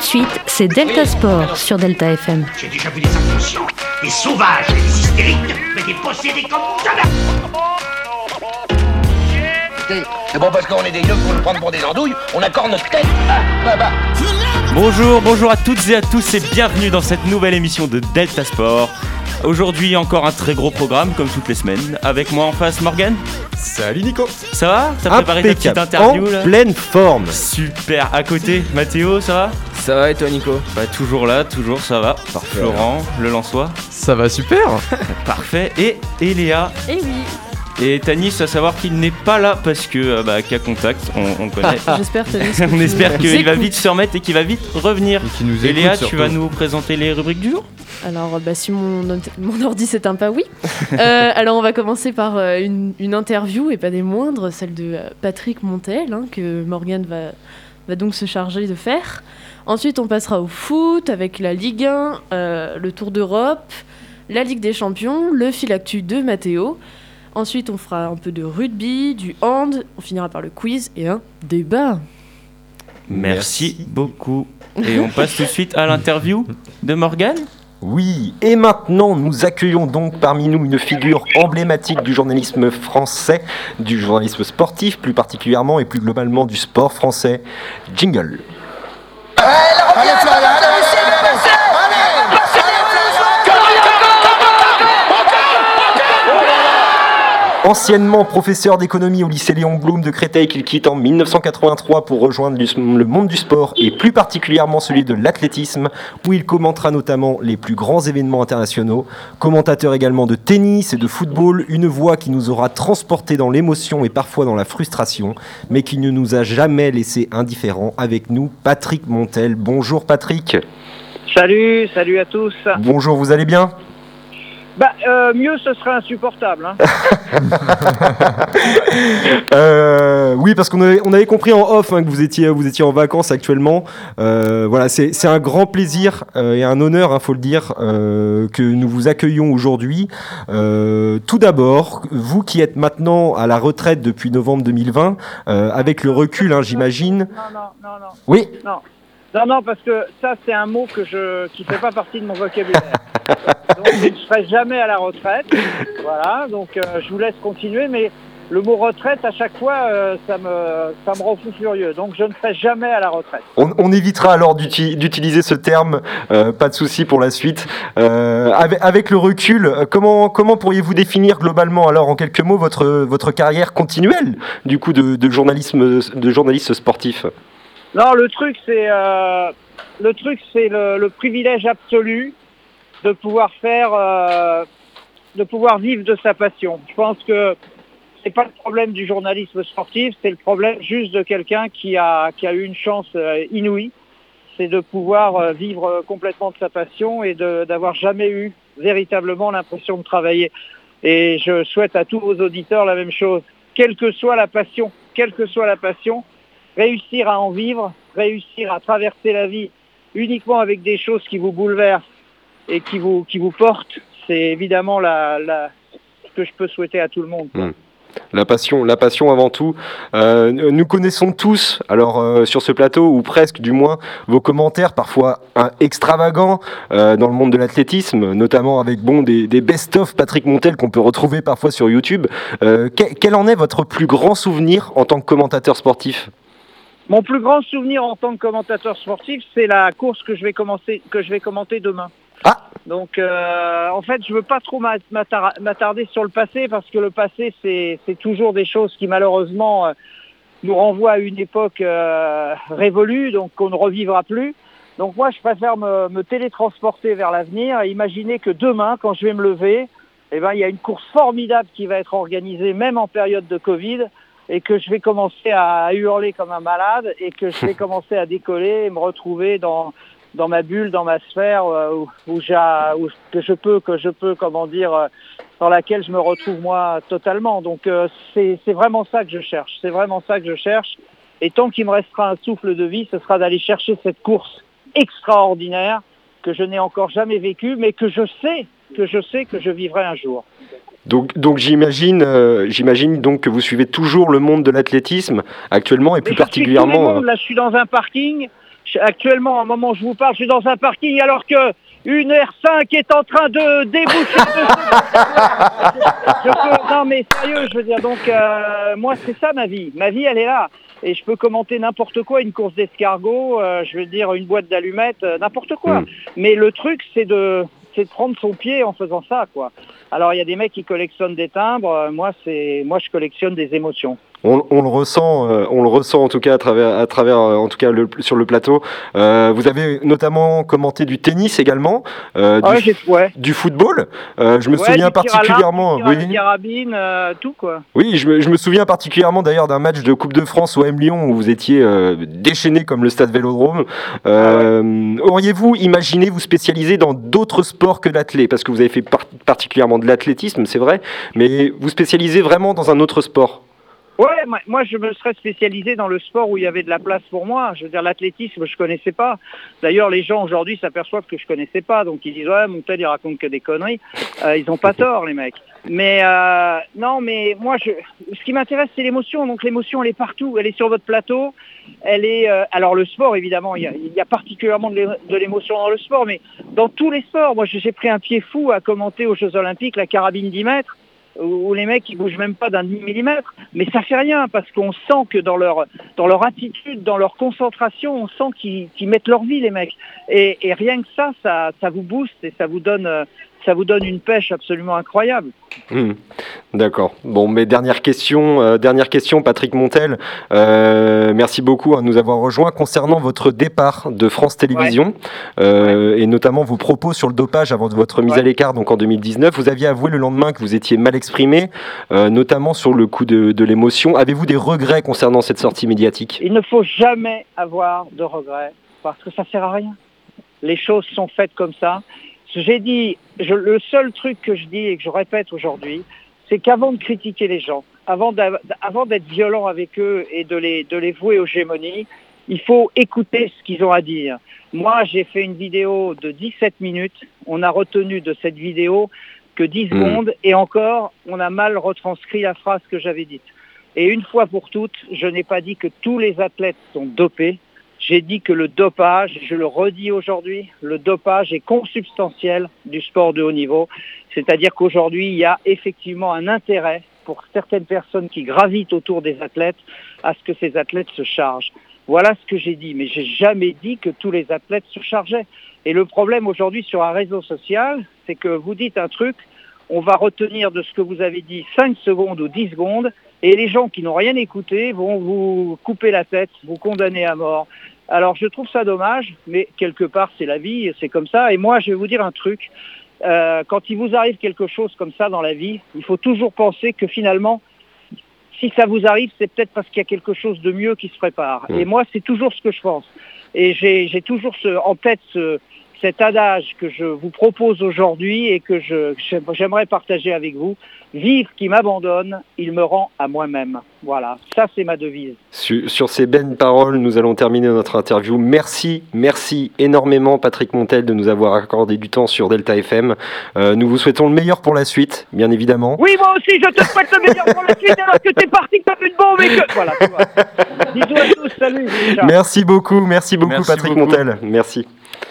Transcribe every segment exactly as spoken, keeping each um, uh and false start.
de suite, c'est Delta Sport sur Delta F M. J'ai déjà vu des inconscients, des sauvages, des hystériques, mais des possédés comme jamais. C'est bon parce qu'on est des yeux pour nous prendre pour des andouilles, on accorde notre tête. Ah, bah, bah. Bonjour, bonjour à toutes et à tous et bienvenue dans cette nouvelle émission de Delta Sport. Aujourd'hui encore un très gros programme comme toutes les semaines. Avec moi en face Morgane. Salut Nico. Ça va ? T'as préparé ta petite interview en là ? pleine forme. Super. À côté, Mathéo, ça va ? Ça va et toi Nico ? Bah toujours là, toujours ça va. Parfait. Florent, le Lensois. Ça va super. Parfait. Et, et Léa. Et oui. Et Tanis, à savoir qu'il n'est pas là parce que euh, bah, cas contact, on, on connaît. J'espère Tanis. On espère qu'il va vite se remettre et qu'il va vite revenir. Et, qui nous et Léa, surtout. Tu vas nous présenter les rubriques du jour ? Alors, bah, si mon, mon ordi s'éteint pas, oui. euh, alors, on va commencer par euh, une, une interview, et pas des moindres, celle de euh, Patrick Montel, hein, que Morgane va, va donc se charger de faire. Ensuite, on passera au foot avec la Ligue un, euh, le Tour d'Europe, la Ligue des Champions, le fil actu de Mathéo. Ensuite, on fera un peu de rugby, du hand, on finira par le quiz et un débat. Merci, Merci. beaucoup. Et on passe tout de suite à l'interview de Morgane. Oui, et maintenant nous accueillons donc parmi nous une figure emblématique du journalisme français, du journalisme sportif plus particulièrement et plus globalement du sport français. Jingle. Allez, Florian, allez, Anciennement professeur d'économie au lycée Léon Blum de Créteil qu'il quitte en dix-neuf cent quatre-vingt-trois pour rejoindre le monde du sport et plus particulièrement celui de l'athlétisme où il commentera notamment les plus grands événements internationaux. Commentateur également de tennis et de football, une voix qui nous aura transportés dans l'émotion et parfois dans la frustration, mais qui ne nous a jamais laissé indifférents. Avec nous, Patrick Montel. Bonjour Patrick. Salut, salut à tous. Bonjour, vous allez bien ? Bah, euh, mieux, ce serait insupportable. Hein. euh, oui, parce qu'on avait, on avait compris en off hein, que vous étiez, vous étiez en vacances actuellement. Euh, voilà, c'est, c'est un grand plaisir euh, et un honneur, il hein, faut le dire, euh, que nous vous accueillons aujourd'hui. Euh, tout d'abord, vous qui êtes maintenant à la retraite depuis novembre deux mille vingt, euh, avec le recul, hein, j'imagine. Non, non, non, non. Oui. Non. Non, non, parce que ça, c'est un mot que je, qui fait pas partie de mon vocabulaire. Donc, je ne serai jamais à la retraite. Voilà, donc euh, je vous laisse continuer, mais le mot retraite, à chaque fois, euh, ça me, ça me rend fou furieux. Donc, je ne serai jamais à la retraite. On, on évitera alors d'uti- d'utiliser ce terme, euh, pas de souci pour la suite. Euh, avec, avec le recul, comment, comment pourriez-vous définir globalement, alors en quelques mots, votre, votre carrière continuelle, du coup, de, de, journalisme, de journaliste sportif ? Non, le truc, c'est euh, le truc, c'est le, le privilège absolu de pouvoir faire, euh, de pouvoir vivre de sa passion. Je pense que c'est pas le problème du journalisme sportif, c'est le problème juste de quelqu'un qui a qui a eu une chance euh, inouïe, c'est de pouvoir euh, vivre complètement de sa passion et de d'avoir jamais eu véritablement l'impression de travailler. Et je souhaite à tous vos auditeurs la même chose, quelle que soit la passion, quelle que soit la passion. Réussir à en vivre, réussir à traverser la vie uniquement avec des choses qui vous bouleversent et qui vous, qui vous portent, c'est évidemment la, la, ce que je peux souhaiter à tout le monde. Mmh. La passion, la passion avant tout. Euh, nous connaissons tous, alors euh, sur ce plateau, ou presque du moins, vos commentaires parfois hein, extravagants euh, dans le monde de l'athlétisme, notamment avec bon, des, des best-of Patrick Montel qu'on peut retrouver parfois sur YouTube. Euh, quel, quel en est votre plus grand souvenir en tant que commentateur sportif ? Mon plus grand souvenir en tant que commentateur sportif, c'est la course que je vais commencer, que je vais commenter demain. Ah. Donc, euh, en fait, je veux pas trop m'attarder sur le passé parce que le passé, c'est, c'est toujours des choses qui malheureusement euh, nous renvoient à une époque euh, révolue, donc qu'on ne revivra plus. Donc moi, je préfère me, me télétransporter vers l'avenir et imaginer que demain, quand je vais me lever, eh ben, il y a une course formidable qui va être organisée, même en période de Covid. Et que je vais commencer à hurler comme un malade et que je vais commencer à décoller et me retrouver dans dans ma bulle, dans ma sphère où, où, j'ai, où que je peux, que je peux, comment dire, dans laquelle je me retrouve moi totalement. Donc euh, c'est c'est vraiment ça que je cherche. C'est vraiment ça que je cherche. Et tant qu'il me restera un souffle de vie, ce sera d'aller chercher cette course extraordinaire que je n'ai encore jamais vécue, mais que je sais, que je sais que je vivrai un jour. Donc, donc j'imagine, euh, j'imagine donc que vous suivez toujours le monde de l'athlétisme actuellement et plus Mais je particulièrement. Suis tout le monde, là, je suis dans un parking, Je- Actuellement, à un moment où je vous parle, je suis dans un parking alors que une R cinq est en train de déboucher dessus. Je peux- Non mais sérieux, je veux dire, donc euh, moi c'est ça ma vie. Ma vie elle est là. Et je peux commenter n'importe quoi, une course d'escargot, euh, je veux dire une boîte d'allumettes, euh, n'importe quoi. Mm. Mais le truc c'est de c'est de prendre son pied en faisant ça, quoi. Alors il y a des mecs qui collectionnent des timbres, euh, moi c'est moi je collectionne des émotions. On, on le ressent, euh, on le ressent en tout cas à travers, à travers, euh, en tout cas le, sur le plateau. Euh, vous avez notamment commenté du tennis également, euh, Ah ouais, du, j'ai ouais. du football. Euh, je me Ouais, souviens du tir à l'arc, particulièrement. du tir à la oui. carabine, euh, tout quoi. Oui, je me, je me souviens particulièrement d'ailleurs d'un match de Coupe de France O M Lyon où vous étiez euh, déchaîné comme le Stade Vélodrome. Euh, Ah Auriez-vous imaginé vous spécialiser dans d'autres sports que l'athlé? Parce que vous avez fait par- particulièrement de l'athlétisme, c'est vrai, mais vous spécialisez vraiment dans un autre sport. Ouais, moi, moi, je me serais spécialisé dans le sport où il y avait de la place pour moi. Je veux dire, l'athlétisme, je connaissais pas. D'ailleurs, les gens aujourd'hui s'aperçoivent que je connaissais pas, donc ils disent ouais, Montel il raconte que des conneries. Euh, ils ont pas tort, les mecs. Mais euh, non, mais moi, je, ce qui m'intéresse, c'est l'émotion. Donc l'émotion, elle est partout. Elle est sur votre plateau. Elle est. Euh, alors le sport, évidemment, il y a, il y a particulièrement de l'é- de l'émotion dans le sport, mais dans tous les sports. Moi, j'ai pris un pied fou à commenter aux Jeux Olympiques la carabine dix mètres. Où les mecs ils bougent même pas d'un demi millimètre, mais ça fait rien parce qu'on sent que dans leur dans leur attitude, dans leur concentration, on sent qu'ils qu'ils mettent leur vie les mecs. Et, et rien que ça, ça, ça vous booste et ça vous donne euh, ça vous donne une pêche absolument incroyable. Mmh. D'accord. Bon, mais dernière question, euh, dernière question, Patrick Montel. Euh, merci beaucoup hein, de nous avoir rejoints concernant votre départ de France Télévisions ouais. euh, ouais. et notamment vos propos sur le dopage avant votre mise ouais. à l'écart, donc en deux mille dix-neuf. Vous aviez avoué le lendemain que vous étiez mal exprimé, euh, notamment sur le coup de, de l'émotion. Avez-vous des regrets concernant cette sortie médiatique? Il ne faut jamais avoir de regrets parce que ça sert à rien. Les choses sont faites comme ça. J'ai dit, je, le seul truc que je dis et que je répète aujourd'hui, c'est qu'avant de critiquer les gens, avant, avant d'être violent avec eux et de les, de les vouer aux gémonies, il faut écouter ce qu'ils ont à dire. Moi, j'ai fait une vidéo de dix-sept minutes. On a retenu de cette vidéo que dix mmh. secondes et encore, on a mal retranscrit la phrase que j'avais dite. Et une fois pour toutes, je n'ai pas dit que tous les athlètes sont dopés. J'ai dit que le dopage, je le redis aujourd'hui, le dopage est consubstantiel du sport de haut niveau. C'est-à-dire qu'aujourd'hui, il y a effectivement un intérêt pour certaines personnes qui gravitent autour des athlètes à ce que ces athlètes se chargent. Voilà ce que j'ai dit, mais j'ai jamais dit que tous les athlètes se chargeaient. Et le problème aujourd'hui sur un réseau social, c'est que vous dites un truc, on va retenir de ce que vous avez dit cinq secondes ou dix secondes, et les gens qui n'ont rien écouté vont vous couper la tête, vous condamner à mort. Alors je trouve ça dommage, mais quelque part c'est la vie, c'est comme ça. Et moi je vais vous dire un truc, euh, quand il vous arrive quelque chose comme ça dans la vie, il faut toujours penser que finalement, si ça vous arrive, c'est peut-être parce qu'il y a quelque chose de mieux qui se prépare. Mmh. Et moi c'est toujours ce que je pense. Et j'ai, j'ai toujours ce, en tête ce, cet adage que je vous propose aujourd'hui et que je, j'aimerais partager avec vous. Vivre qui m'abandonne, il me rend à moi-même. Voilà, ça c'est ma devise. Sur, sur ces belles paroles, nous allons terminer notre interview. Merci, merci énormément Patrick Montel de nous avoir accordé du temps sur Delta F M. Euh, nous vous souhaitons le meilleur pour la suite, bien évidemment. Oui, moi aussi, je te souhaite le meilleur pour la suite alors que t'es parti comme une bombe et que... Voilà, tu vois. Bisous à tous, salut. Ciao. Merci beaucoup, merci beaucoup merci Patrick beaucoup. Montel. Merci.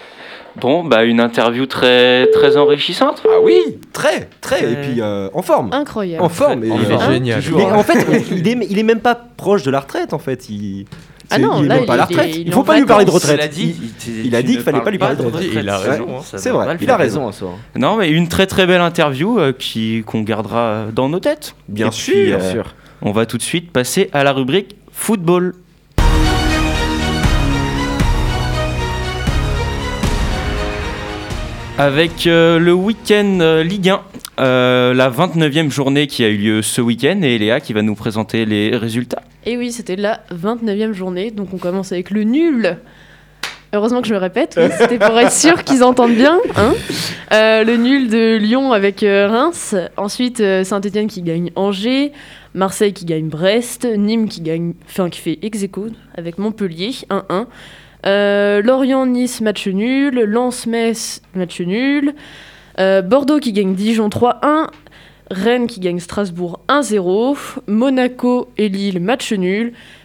Bon, bah une interview très très enrichissante. Ah oui, très, très, et puis euh, en forme. Incroyable. En forme, et, euh, génial. Mais en fait, il est, il est même pas proche de la retraite en fait. Il, ah non, il est là, même pas à la retraite. Il, il faut pas lui parler de retraite. Il a dit, il, il a dit qu'il fallait pas lui parler de retraite. Il a raison. Ouais, c'est vrai. Il a raison à ça. Non, mais une très très belle interview euh, qui qu'on gardera dans nos têtes. Bien et sûr, puis, bien euh, sûr. On va tout de suite passer à la rubrique football. Avec euh, le week-end euh, Ligue un, euh, la vingt-neuvième journée qui a eu lieu ce week-end, et Léa qui va nous présenter les résultats. Et oui, c'était la vingt-neuvième journée, donc on commence avec le nul. Heureusement que je me répète, oui, c'était pour être sûr qu'ils entendent bien. Hein euh, le nul de Lyon avec euh, Reims. Ensuite, euh, Saint-Etienne qui gagne Angers. Marseille qui gagne Brest. Nîmes qui, gagne, enfin, qui fait ex-aequo avec Montpellier, un un. Euh, Lorient-Nice, match nul. Lens-Metz, match nul. Euh, Bordeaux qui gagne Dijon trois un. Rennes qui gagne Strasbourg un zéro. Monaco et Lille, match nul.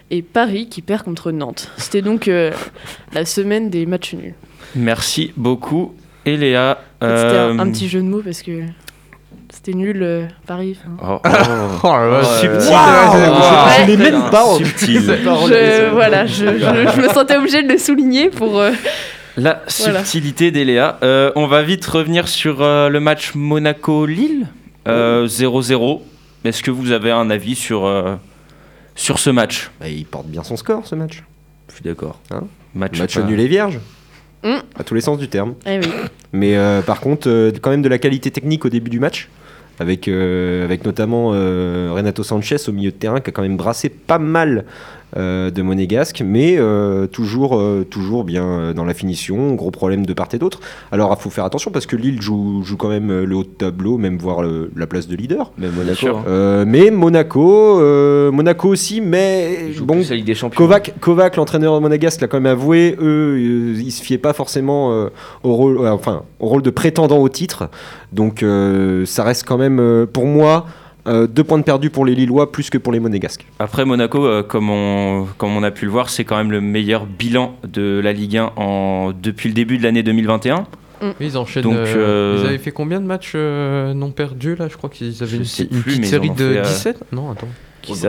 et Paris qui perd contre Nantes. C'était donc euh, la semaine des matchs nuls. Merci beaucoup, Eléa. C'était Euh, un, un petit jeu de mots parce que c'était nul, euh, Paris. enfin. Oh, oh. Oh là là, Subtil. Wow. Je l'ai même pas en- Subtil. Je, voilà, je, je- je me sentais obligée de le souligner pour. euh, La Voilà. subtilité d'Eléa. Euh, on va vite revenir sur euh, le match Monaco-Lille, euh, zéro zéro. Est-ce que vous avez un avis sur, euh, sur ce match ? Bah, il porte bien son score, ce match. Je suis d'accord. Hein match Match pas- nul et vierge. Mm. À tous les sens du terme. eh oui. Mais euh, par contre, euh, quand même de la qualité technique au début du match, avec, euh, avec notamment euh, Renato Sanchez au milieu de terrain qui a quand même brassé pas mal euh, de monégasques, mais euh, toujours, euh, toujours bien euh, dans la finition, gros problème de part et d'autre. Alors il faut faire attention parce que Lille joue, joue quand même euh, le haut de tableau, même voire le- la place de leader. Mais Bien Monaco, sûr. hein. Euh, mais Monaco, euh, Monaco aussi, mais Ils jouent bon, plus la Ligue des Champions. Kovac, Kovac, l'entraîneur monégasque, l'a quand même avoué, eux, euh, ils se fiaient pas forcément euh, au, rôle, euh, enfin, au rôle de prétendant au titre. Donc euh, ça reste quand même, euh, pour moi, euh, deux points de perdus pour les Lillois, plus que pour les Monégasques. Après, Monaco, euh, comme, on, comme on a pu le voir, c'est quand même le meilleur bilan de la Ligue un en, depuis le début de l'année deux mille vingt et un. Oui, ils enchaînent. Donc, euh, euh, Ils avaient fait combien de matchs euh, non perdus là ? Je crois qu'ils avaient Je une, sais une plus, petite mais ils série en ont de fait, euh, dix-sept. Non, attends. Qui ça ?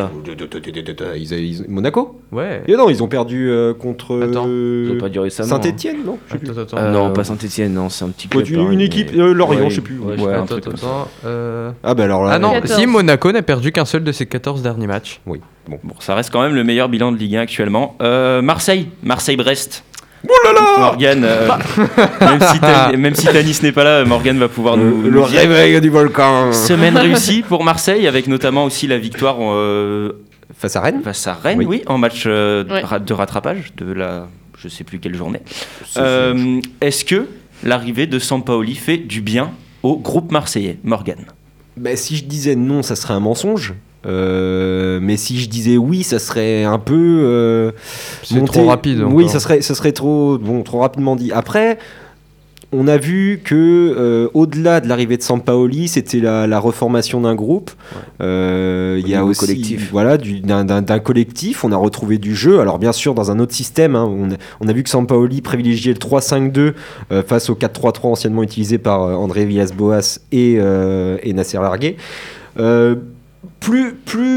Ils avaient- ils- Monaco Ouais. Et non, ils ont perdu euh, contre Attends, Ils ont pas duré ça. Saint-Etienne, non Je sais plus. Attends, attends. Euh, non, Euh, pas Saint-Etienne, non, c'est un petit Quoi, club. une, pareil, une mais- équipe, euh, Lorient, Ouais, je sais plus. ouais, Ouais, je un Attends, truc attends, comme ça. attends. Euh, Ah bah alors là, Ah non, quatorze. si Monaco n'a perdu qu'un seul de ses quatorze derniers matchs. oui. Bon. Bon, ça reste quand même le meilleur bilan de Ligue un actuellement. Euh, Marseille, Marseille-Brest. Morgane, euh, même, si Ta- même si Tanis n'est pas là, Morgane va pouvoir nous, Le, nous le dire. réveil du volcan Semaine réussie pour Marseille, avec notamment aussi la victoire euh, face à Rennes. face à Rennes, oui, Oui. en match euh, Ouais. ra- de rattrapage de la, je sais plus quelle journée. C'est- Euh, Est-ce que l'arrivée de Sampaoli fait du bien au groupe marseillais, Morgane? Bah, si je disais non, ça serait un mensonge. Euh, mais si je disais oui, ça serait un peu. euh, C'est monté- trop rapide. Oui, encore. ça serait, ça serait trop, bon, trop rapidement dit. Après, on a vu que euh, au-delà de l'arrivée de Sampaoli, c'était la, la reformation d'un groupe. Euh, Il y a niveau aussi, collectif. voilà, du- d'un, d'un- d'un collectif. On a retrouvé du jeu. Alors bien sûr, dans un autre système. hein, on, a, on a vu que Sampaoli privilégiait le trois cinq deux euh, face au quatre trois trois anciennement utilisé par euh, André Villas-Boas et, euh, et Nasser Largué. Euh, plus,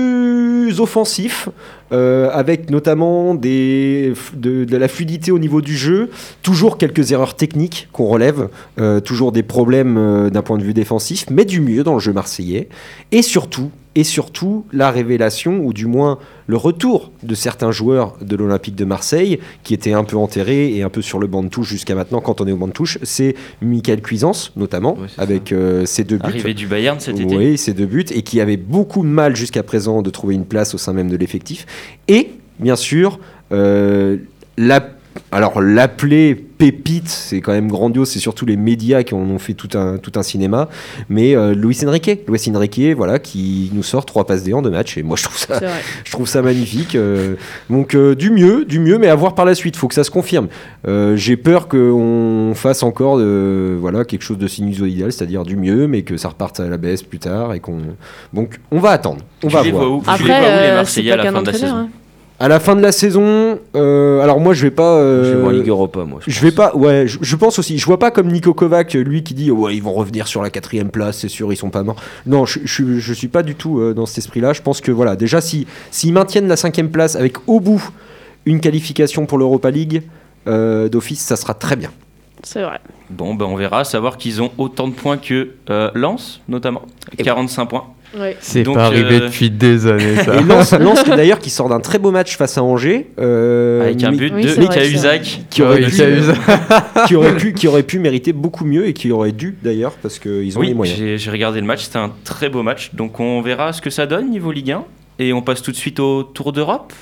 plus offensif, euh, avec notamment des, de, de la fluidité au niveau du jeu, toujours quelques erreurs techniques qu'on relève, euh, toujours des problèmes euh, d'un point de vue défensif, mais du mieux dans le jeu marseillais, et surtout, et surtout la révélation, ou du moins le retour de certains joueurs de l'Olympique de Marseille, qui étaient un peu enterrés et un peu sur le banc de touche jusqu'à maintenant, quand on est au banc de touche, c'est Michael Cuisance, notamment, Ouais, c'est avec euh, ses deux buts. Arrivée du Bayern cet été. Oui, ces deux buts, et qui avait beaucoup de mal jusqu'à présent de trouver une place au sein même de l'effectif. Et, bien sûr, euh, la, alors l'appeler pépite, c'est quand même grandiose, c'est surtout les médias qui en ont fait tout un, tout un cinéma, mais euh, Luis Enrique, Luis Enrique, voilà, qui nous sort trois passes D en deux matchs, et moi je trouve ça, C'est vrai. je trouve ça magnifique. euh, donc euh, du mieux, du mieux, mais à voir par la suite, il faut que ça se confirme. Euh, j'ai peur qu'on fasse encore de, voilà, quelque chose de sinusoïdal, c'est-à-dire du mieux, mais que ça reparte à la baisse plus tard, et qu'on... Donc on va attendre, on Tu va les voir. vois où, tu Après, les vois où, les euh, c'est Marseillais pas à la qu'un fin de la entraîneur. saison? hein. À la fin de la saison, euh, alors moi je vais pas... euh, Je vais voir Ligue Europa, moi. je vais pas, ouais, je, je pense aussi. Je vois pas comme Nico Kovac, lui qui dit ouais ils vont revenir sur la quatrième place, c'est sûr ils sont pas morts. Non, je, je, je suis pas du tout euh, dans cet esprit-là. Je pense que voilà, déjà si s'ils maintiennent la cinquième place avec au bout une qualification pour l'Europa League euh, d'office, ça sera très bien. C'est vrai. Bon, ben on verra, à savoir qu'ils ont autant de points que euh, Lens, notamment, quarante-cinq points. Ouais. C'est Donc, pas arrivé euh, depuis des années, ça. Et Lens, Lens qui, d'ailleurs qui sort d'un très beau match face à Angers, euh, Avec un mais- but oui, de c'est vrai, Mika c'est vrai. Usak. qui aurait, Ouais, pu, qui a eu ça. qui aurait pu, qui aurait pu mériter beaucoup mieux et qui aurait dû d'ailleurs parce qu'ils ont les Oui, moyens. j'ai j'ai regardé le match, c'était un très beau match. Donc on verra ce que ça donne niveau Ligue un. Et on passe tout de suite au Tour d'Europe.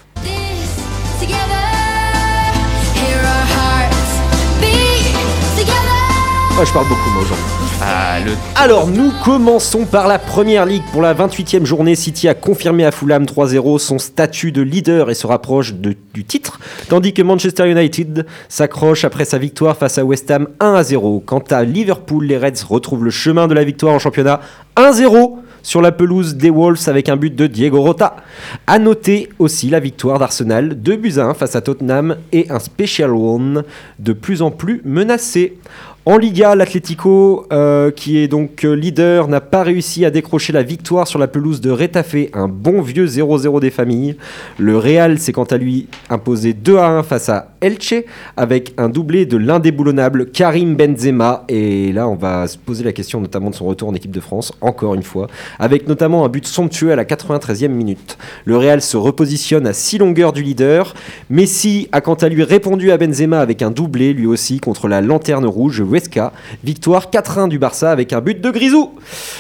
Ah, je parle beaucoup moi aujourd'hui. Ah, le... Alors, nous commençons par la Première Ligue. Pour la vingt-huitième journée, City a confirmé à Fulham trois zéro son statut de leader et se rapproche de- du titre, tandis que Manchester United s'accroche après sa victoire face à West Ham un à zéro. Quant à Liverpool, les Reds retrouvent le chemin de la victoire en championnat un zéro sur la pelouse des Wolves avec un but de Diego Rota. À noter aussi la victoire d'Arsenal, deux buts à un face à Tottenham et un Special One de plus en plus menacé. En Liga, l'Atlético, euh, qui est donc euh, leader, n'a pas réussi à décrocher la victoire sur la pelouse de Retafe, un bon vieux zéro zéro des familles. Le Real s'est quant à lui imposé deux à un face à Elche, avec un doublé de l'indéboulonnable Karim Benzema. Et là, on va se poser la question notamment de son retour en équipe de France, encore une fois, avec notamment un but somptueux à la quatre-vingt-treizième minute. Le Real se repositionne à six longueurs du leader. Messi a quant à lui répondu à Benzema avec un doublé, lui aussi, contre la lanterne rouge Huesca. Victoire quatre un du Barça avec un but de Grisou.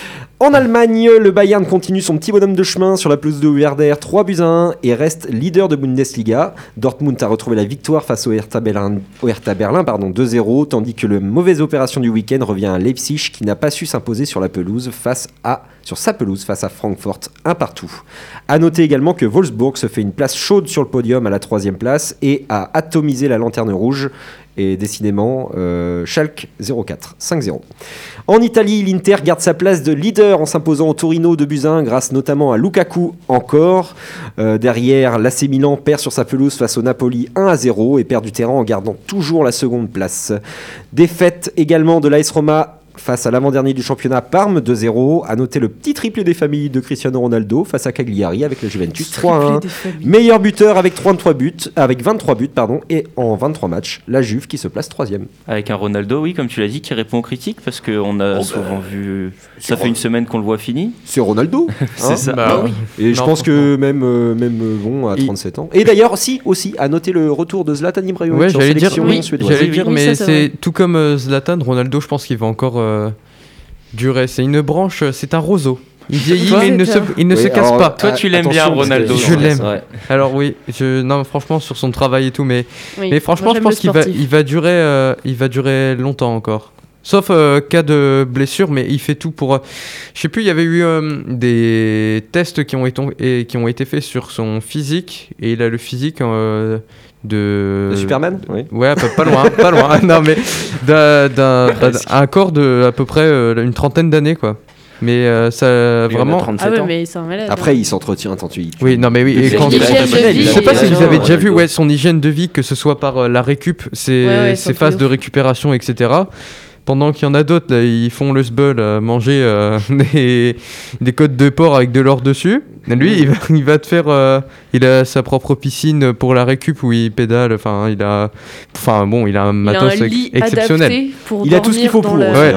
En Allemagne, le Bayern continue son petit bonhomme de chemin sur la pelouse de Werder, trois buts à un, et reste leader de Bundesliga. Dortmund a retrouvé la victoire face au Hertha Berlin, au Hertha Berlin pardon, deux zéro, tandis que la mauvaise opération du week-end revient à Leipzig qui n'a pas su s'imposer sur la pelouse face à, sur sa pelouse face à Francfort, un partout. A noter également que Wolfsburg se fait une place chaude sur le podium à la troisième place et a atomisé la lanterne rouge. Et décidément, euh, Schalke zéro quatre, cinq zéro. En Italie, l'Inter garde sa place de leader en s'imposant au Torino deux buts à un grâce notamment à Lukaku encore. Euh, derrière, l'A C Milan perd sur sa pelouse face au Napoli un à zéro et perd du terrain en gardant toujours la seconde place. Défaite également de l'A S Roma face à l'avant-dernier du championnat, Parme deux zéro. À noter le petit triplé des familles de Cristiano Ronaldo face à Cagliari avec la Juventus trois à un. Meilleur buteur avec trente-trois buts, avec vingt-trois buts pardon, et en vingt-trois matchs, la Juve qui se place troisième. Avec un Ronaldo, oui, comme tu l'as dit, qui répond aux critiques parce qu'on a oh souvent bah, vu. Ça fait une semaine qu'on le voit fini. C'est Ronaldo. C'est hein ça. Bah, bah, oui. Et non, je pense que même, euh, même bon, à trente-sept Il... ans. Et d'ailleurs, aussi, aussi, à noter le retour de Zlatan Ibrahimovic ouais, en j'allais sélection dire, oui, suédoise. J'allais dire, oui, mais ça, c'est tout comme euh, Zlatan, Ronaldo, je pense qu'il va encore. Euh... durer, c'est une branche, c'est un roseau. Il vieillit, mais il ne se, il ne oui, se casse alors, pas. Toi, tu l'aimes bien, Ronaldo. Je l'aime. Ouais. Alors oui, je, non, franchement, sur son travail et tout, mais, oui, mais franchement, je pense qu'il va, il va durer, euh, il va durer longtemps encore. Sauf euh, cas de blessure, mais il fait tout pour. Euh, je sais plus, il y avait eu euh, des tests qui ont été, et, qui ont été faits sur son physique, et il a le physique. Euh, De... de Superman, oui. Ouais, pas, pas loin, pas loin. Non, mais d'un, d'un, d'un, un corps de à peu près euh, une trentaine d'années, quoi. Mais euh, ça lui vraiment. Ah ouais, mais c'est un malade. Après, hein. il s'entretient tant tu. Oui, non, mais oui. Et quand je sais pas si vous avez déjà vu, ouais, son hygiène de vie, que ce soit par euh, la récup, ses, ouais, ouais, ses phases de récupération, et cetera. Pendant qu'il y en a d'autres, là, ils font le sbeul, euh, manger euh, des, des côtes de porc avec de l'or dessus. Lui, il va, il va te faire... Euh, il a sa propre piscine pour la récup où il pédale. Enfin, il a... Enfin, bon, il a un matos il a un lit ex- exceptionnel. Pour il a tout ce qu'il faut pour. Le... Ouais.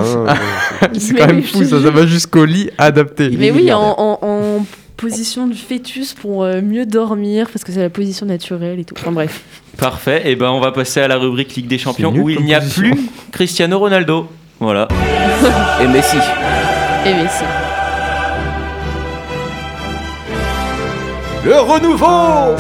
C'est quand même oui, fou, ça, ça va jusqu'au lit adapté. Mais oui, en, en, en position de fœtus pour euh, mieux dormir, parce que c'est la position naturelle et tout. Enfin bref. Parfait, et ben on va passer à la rubrique Ligue des Champions où il n'y a position. plus Cristiano Ronaldo. Voilà. Et Messi. Et Messi. Le renouveau.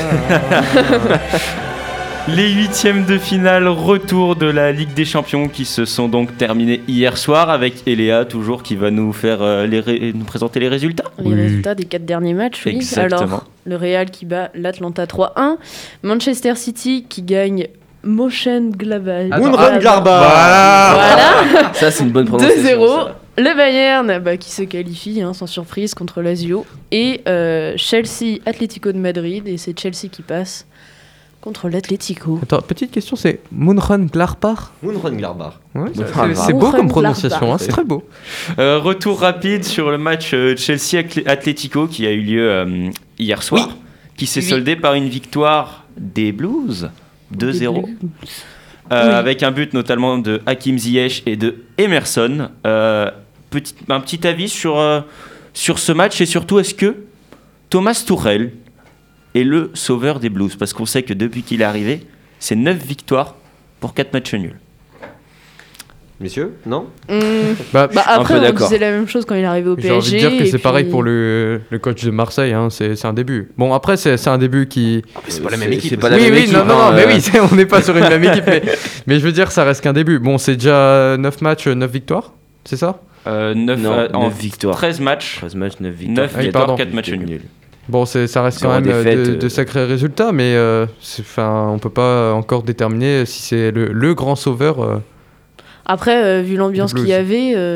Les huitièmes de finale, retour de la Ligue des Champions qui se sont donc terminés hier soir avec Eléa toujours qui va nous faire euh, les ré... nous présenter les résultats. Les oui. résultats des quatre derniers matchs, oui. Exactement. Alors, le Real qui bat l'Atlanta trois un, Manchester City qui gagne Mönchengladbach. Mönchengladbach. Voilà. Voilà. Ça c'est une bonne prononciation. deux zéro. Ça. Le Bayern bah, qui se qualifie hein, sans surprise contre Lazio et euh, Chelsea Atlético de Madrid et c'est Chelsea qui passe contre l'Atlético. Attends, petite question, c'est Mönchengladbach. Mönchengladbach. Ouais, c'est, c'est, c'est beau comme prononciation, hein, c'est très beau. Euh, retour rapide sur le match euh, Chelsea-Atlético qui a eu lieu euh, hier soir, oui. qui s'est oui. soldé par une victoire des Blues deux zéro. Euh, oui. Avec un but notamment de Hakim Ziyech et de Emerson. Euh, petit, un petit avis sur, euh, sur ce match et surtout, est-ce que Thomas Tuchel est le sauveur des Blues ? Parce qu'on sait que depuis qu'il est arrivé, c'est neuf victoires pour quatre matchs nuls. Messieurs, non mmh. bah, bah Après, on disait la même chose quand il est arrivé au P S G. J'ai envie de dire que c'est puis... pareil pour le, le coach de Marseille, hein, c'est, c'est un début. Bon, après, c'est, c'est un début qui... Ah, c'est pas la même équipe. C'est pas la oui, même oui, équipe, non, non, non, euh... mais oui, c'est, on n'est pas sur une même équipe. Mais, mais je veux dire, ça reste qu'un début. Bon, c'est déjà neuf matchs, neuf victoires, c'est ça euh, neuf, non, euh, neuf victoires. treize matchs. treize matchs, neuf victoires. neuf victoires, ah, quatre matchs nuls. Bon, c'est, ça reste quand même défaite, de, de sacrés résultats, mais euh, c'est, on ne peut pas encore déterminer si c'est le, le grand sauveur. Euh, Après, euh, vu l'ambiance qu'il y avait, euh,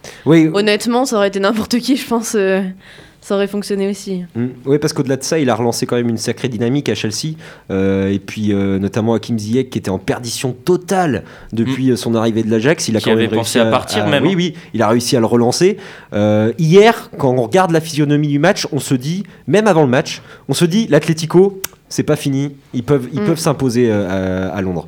Oui. Honnêtement, ça aurait été n'importe qui, je pense. Euh... Ça aurait fonctionné aussi. Mmh. Oui, parce qu'au-delà de ça, il a relancé quand même une sacrée dynamique à Chelsea. Euh, et puis, euh, notamment Hakim Ziyech, qui était en perdition totale depuis mmh. son arrivée de l'Ajax. Il a qui quand avait même pensé à, à partir à, même. Oui, oui, il a réussi à le relancer. Euh, hier, quand on regarde la physionomie du match, on se dit, même avant le match, on se dit, l'Atlético, c'est pas fini. Ils peuvent, ils mmh. peuvent s'imposer euh, à, à Londres.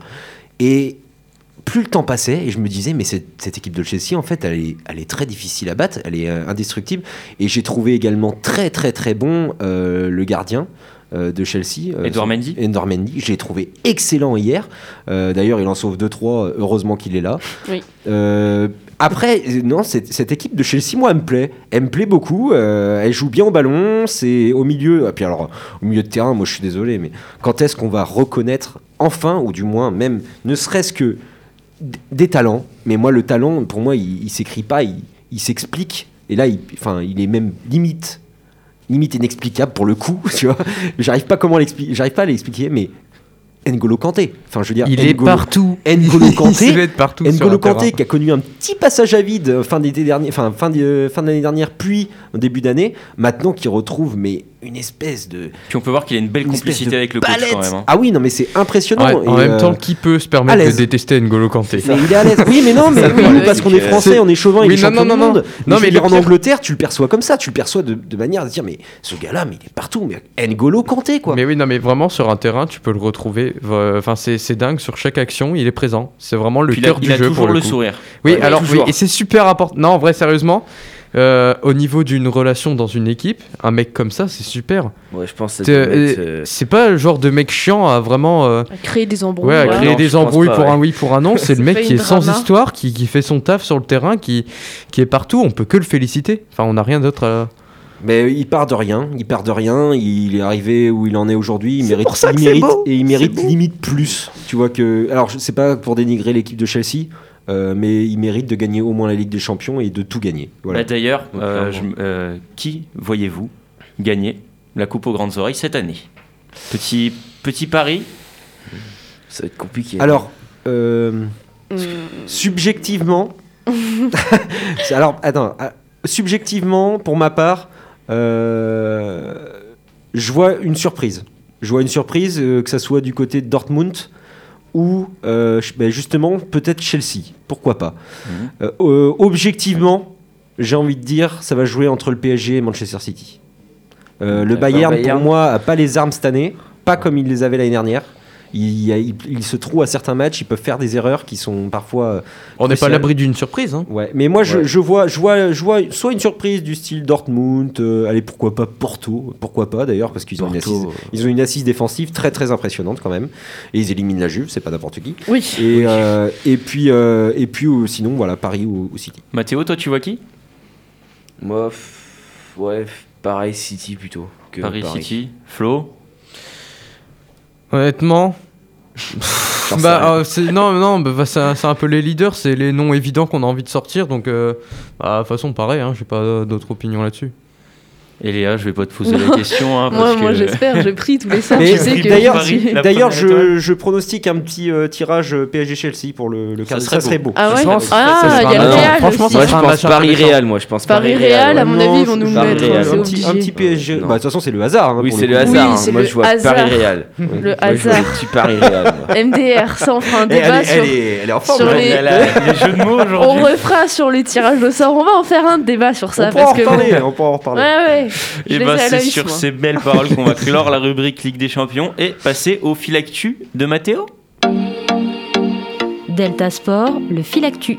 Et plus le temps passait, et je me disais, mais cette, cette équipe de Chelsea, en fait, elle est, elle est très difficile à battre, elle est euh, indestructible. Et j'ai trouvé également très, très, très bon euh, le gardien euh, de Chelsea. Euh, Edouard Mendy. Edouard Mendy, j'ai trouvé excellent hier. Euh, d'ailleurs, il en sauve deux trois, heureusement qu'il est là. Oui. Euh, après, non, cette, cette équipe de Chelsea, moi, elle me plaît. Elle me plaît beaucoup. Euh, elle joue bien au ballon. C'est au milieu. Et puis alors, au milieu de terrain, moi, je suis désolé, mais quand est-ce qu'on va reconnaître enfin, ou du moins même, ne serait-ce que des talents, mais moi le talent pour moi il, il s'écrit pas, il, il s'explique, et là il, enfin, il est même limite limite inexplicable pour le coup, tu vois. J'arrive pas comment l'expliquer, j'arrive pas à l'expliquer, mais N'Golo Kanté, enfin je veux dire, il N'Golo, est partout. N'Golo Kanté, il est partout. N'Golo Kanté qui a connu un petit passage à vide fin d'été dernier, enfin fin de fin de l'année dernière, puis au début d'année, maintenant qui retrouve mais une espèce de. Puis on peut voir qu'il a une belle une complicité avec le coach quand même. Hein. Ah oui, non mais c'est impressionnant. Ouais, en et même euh, temps, qui peut se permettre de détester N'Golo Kanté? Mais il est à l'aise. Oui, mais non, mais oui, oui, parce qu'on est français, c'est... on est chauvin, il oui, est champion non, non, du monde. Non, mais, mais dire, en pire... Angleterre, tu le perçois comme ça, tu le perçois de, de manière à dire, mais ce gars-là, mais il est partout, mais N'Golo Kanté, quoi. Mais oui, non, mais vraiment sur un terrain, tu peux le retrouver. Enfin, c'est, c'est dingue, sur chaque action, il est présent. C'est vraiment le cœur du jeu. Il a toujours pour le le sourire. Oui, alors oui, et c'est super important. Non, en vrai, sérieusement. Euh, au niveau d'une relation dans une équipe, un mec comme ça, c'est super. Ouais, je pense que c'est, euh, c'est pas le genre de mec chiant à vraiment euh, à créer des embrouilles. Ouais, à créer ouais. des non, embrouilles pas, pour ouais. un oui, pour un non. C'est le mec qui est sans drama. histoire, qui, qui fait son taf sur le terrain, qui, qui est partout. On peut que le féliciter. Enfin, on n'a rien d'autre à... Mais il part de rien, il part de rien, il est arrivé où il en est aujourd'hui, il c'est mérite, pour ça il que mérite c'est beau. et il mérite limite plus. Tu vois que, alors c'est pas pour dénigrer l'équipe de Chelsea, euh, mais il mérite de gagner au moins la Ligue des Champions et de tout gagner. Voilà. Bah d'ailleurs, euh, je, euh, qui voyez-vous gagner la Coupe aux grandes oreilles cette année? Petit petit pari. Ça va être compliqué. Alors, euh, mmh. subjectivement, alors attends. Subjectivement, pour ma part, euh, je vois une surprise. Je vois une surprise, euh, que ça soit du côté de Dortmund ou euh, ben justement peut-être Chelsea. Pourquoi pas. Mmh. Euh, euh, objectivement, j'ai envie de dire, ça va jouer entre le P S G et Manchester City. Euh, le Bayern, Bayern, pour moi, n'a pas les armes cette année, pas comme il les avait l'année dernière. Il, il, il se trouve à certains matchs, ils peuvent faire des erreurs qui sont parfois. On n'est pas à l'abri d'une surprise. Hein. Ouais, mais moi je, ouais. je, vois, je, vois, je vois soit une surprise du style Dortmund, euh, allez pourquoi pas Porto, pourquoi pas d'ailleurs, parce qu'ils ont, une assise, ils ont une assise défensive très très impressionnante quand même, et ils éliminent la Juve, c'est pas n'importe qui. Oui. Et, euh, et puis, euh, et puis euh, sinon voilà, Paris ou, ou City. Mathéo, toi tu vois qui? Moi, f... ouais, pareil City plutôt. Que Paris, Paris City, Flo. Honnêtement, bah, euh, c'est, non, non, bah, c'est, c'est un peu les leaders, c'est les noms évidents qu'on a envie de sortir, donc euh, bah, de toute façon pareil, hein, j'ai pas d'autres opinions là-dessus. Et Léa, je vais pas te poser la question. Hein, moi, parce moi que... j'espère, je prie tous les soirs. Mais tu sais que d'ailleurs, Paris, d'ailleurs je, je pronostique un petit euh, tirage P S G-Chelsea pour le, le quart. Ça, ça serait beau. Ah ouais, pense, ah, il y a le Real. Franchement, moi je pense Paris-Réal. Moi je pense Paris-Réal, à mon avis, ils vont nous mettre. Un petit, un petit P S G. Bah, de toute façon, c'est le hasard. Hein, oui, pour c'est le, le hasard. Oui, c'est moi le je vois hasard. Paris-Réal. Le hasard. Je vois le petit Paris-Réal. M D R, ça on fera un débat sur. Elle est en forme. Les jeux de mots aujourd'hui. On refera sur les tirages au sort. On va en faire un débat sur ça. On peut en reparler. On peut en reparler. Ouais, ouais. Et bah, c'est sur ces belles paroles qu'on va clore la rubrique Ligue des Champions et passer au Filactu de Mathéo. Delta Sport, le Filactu.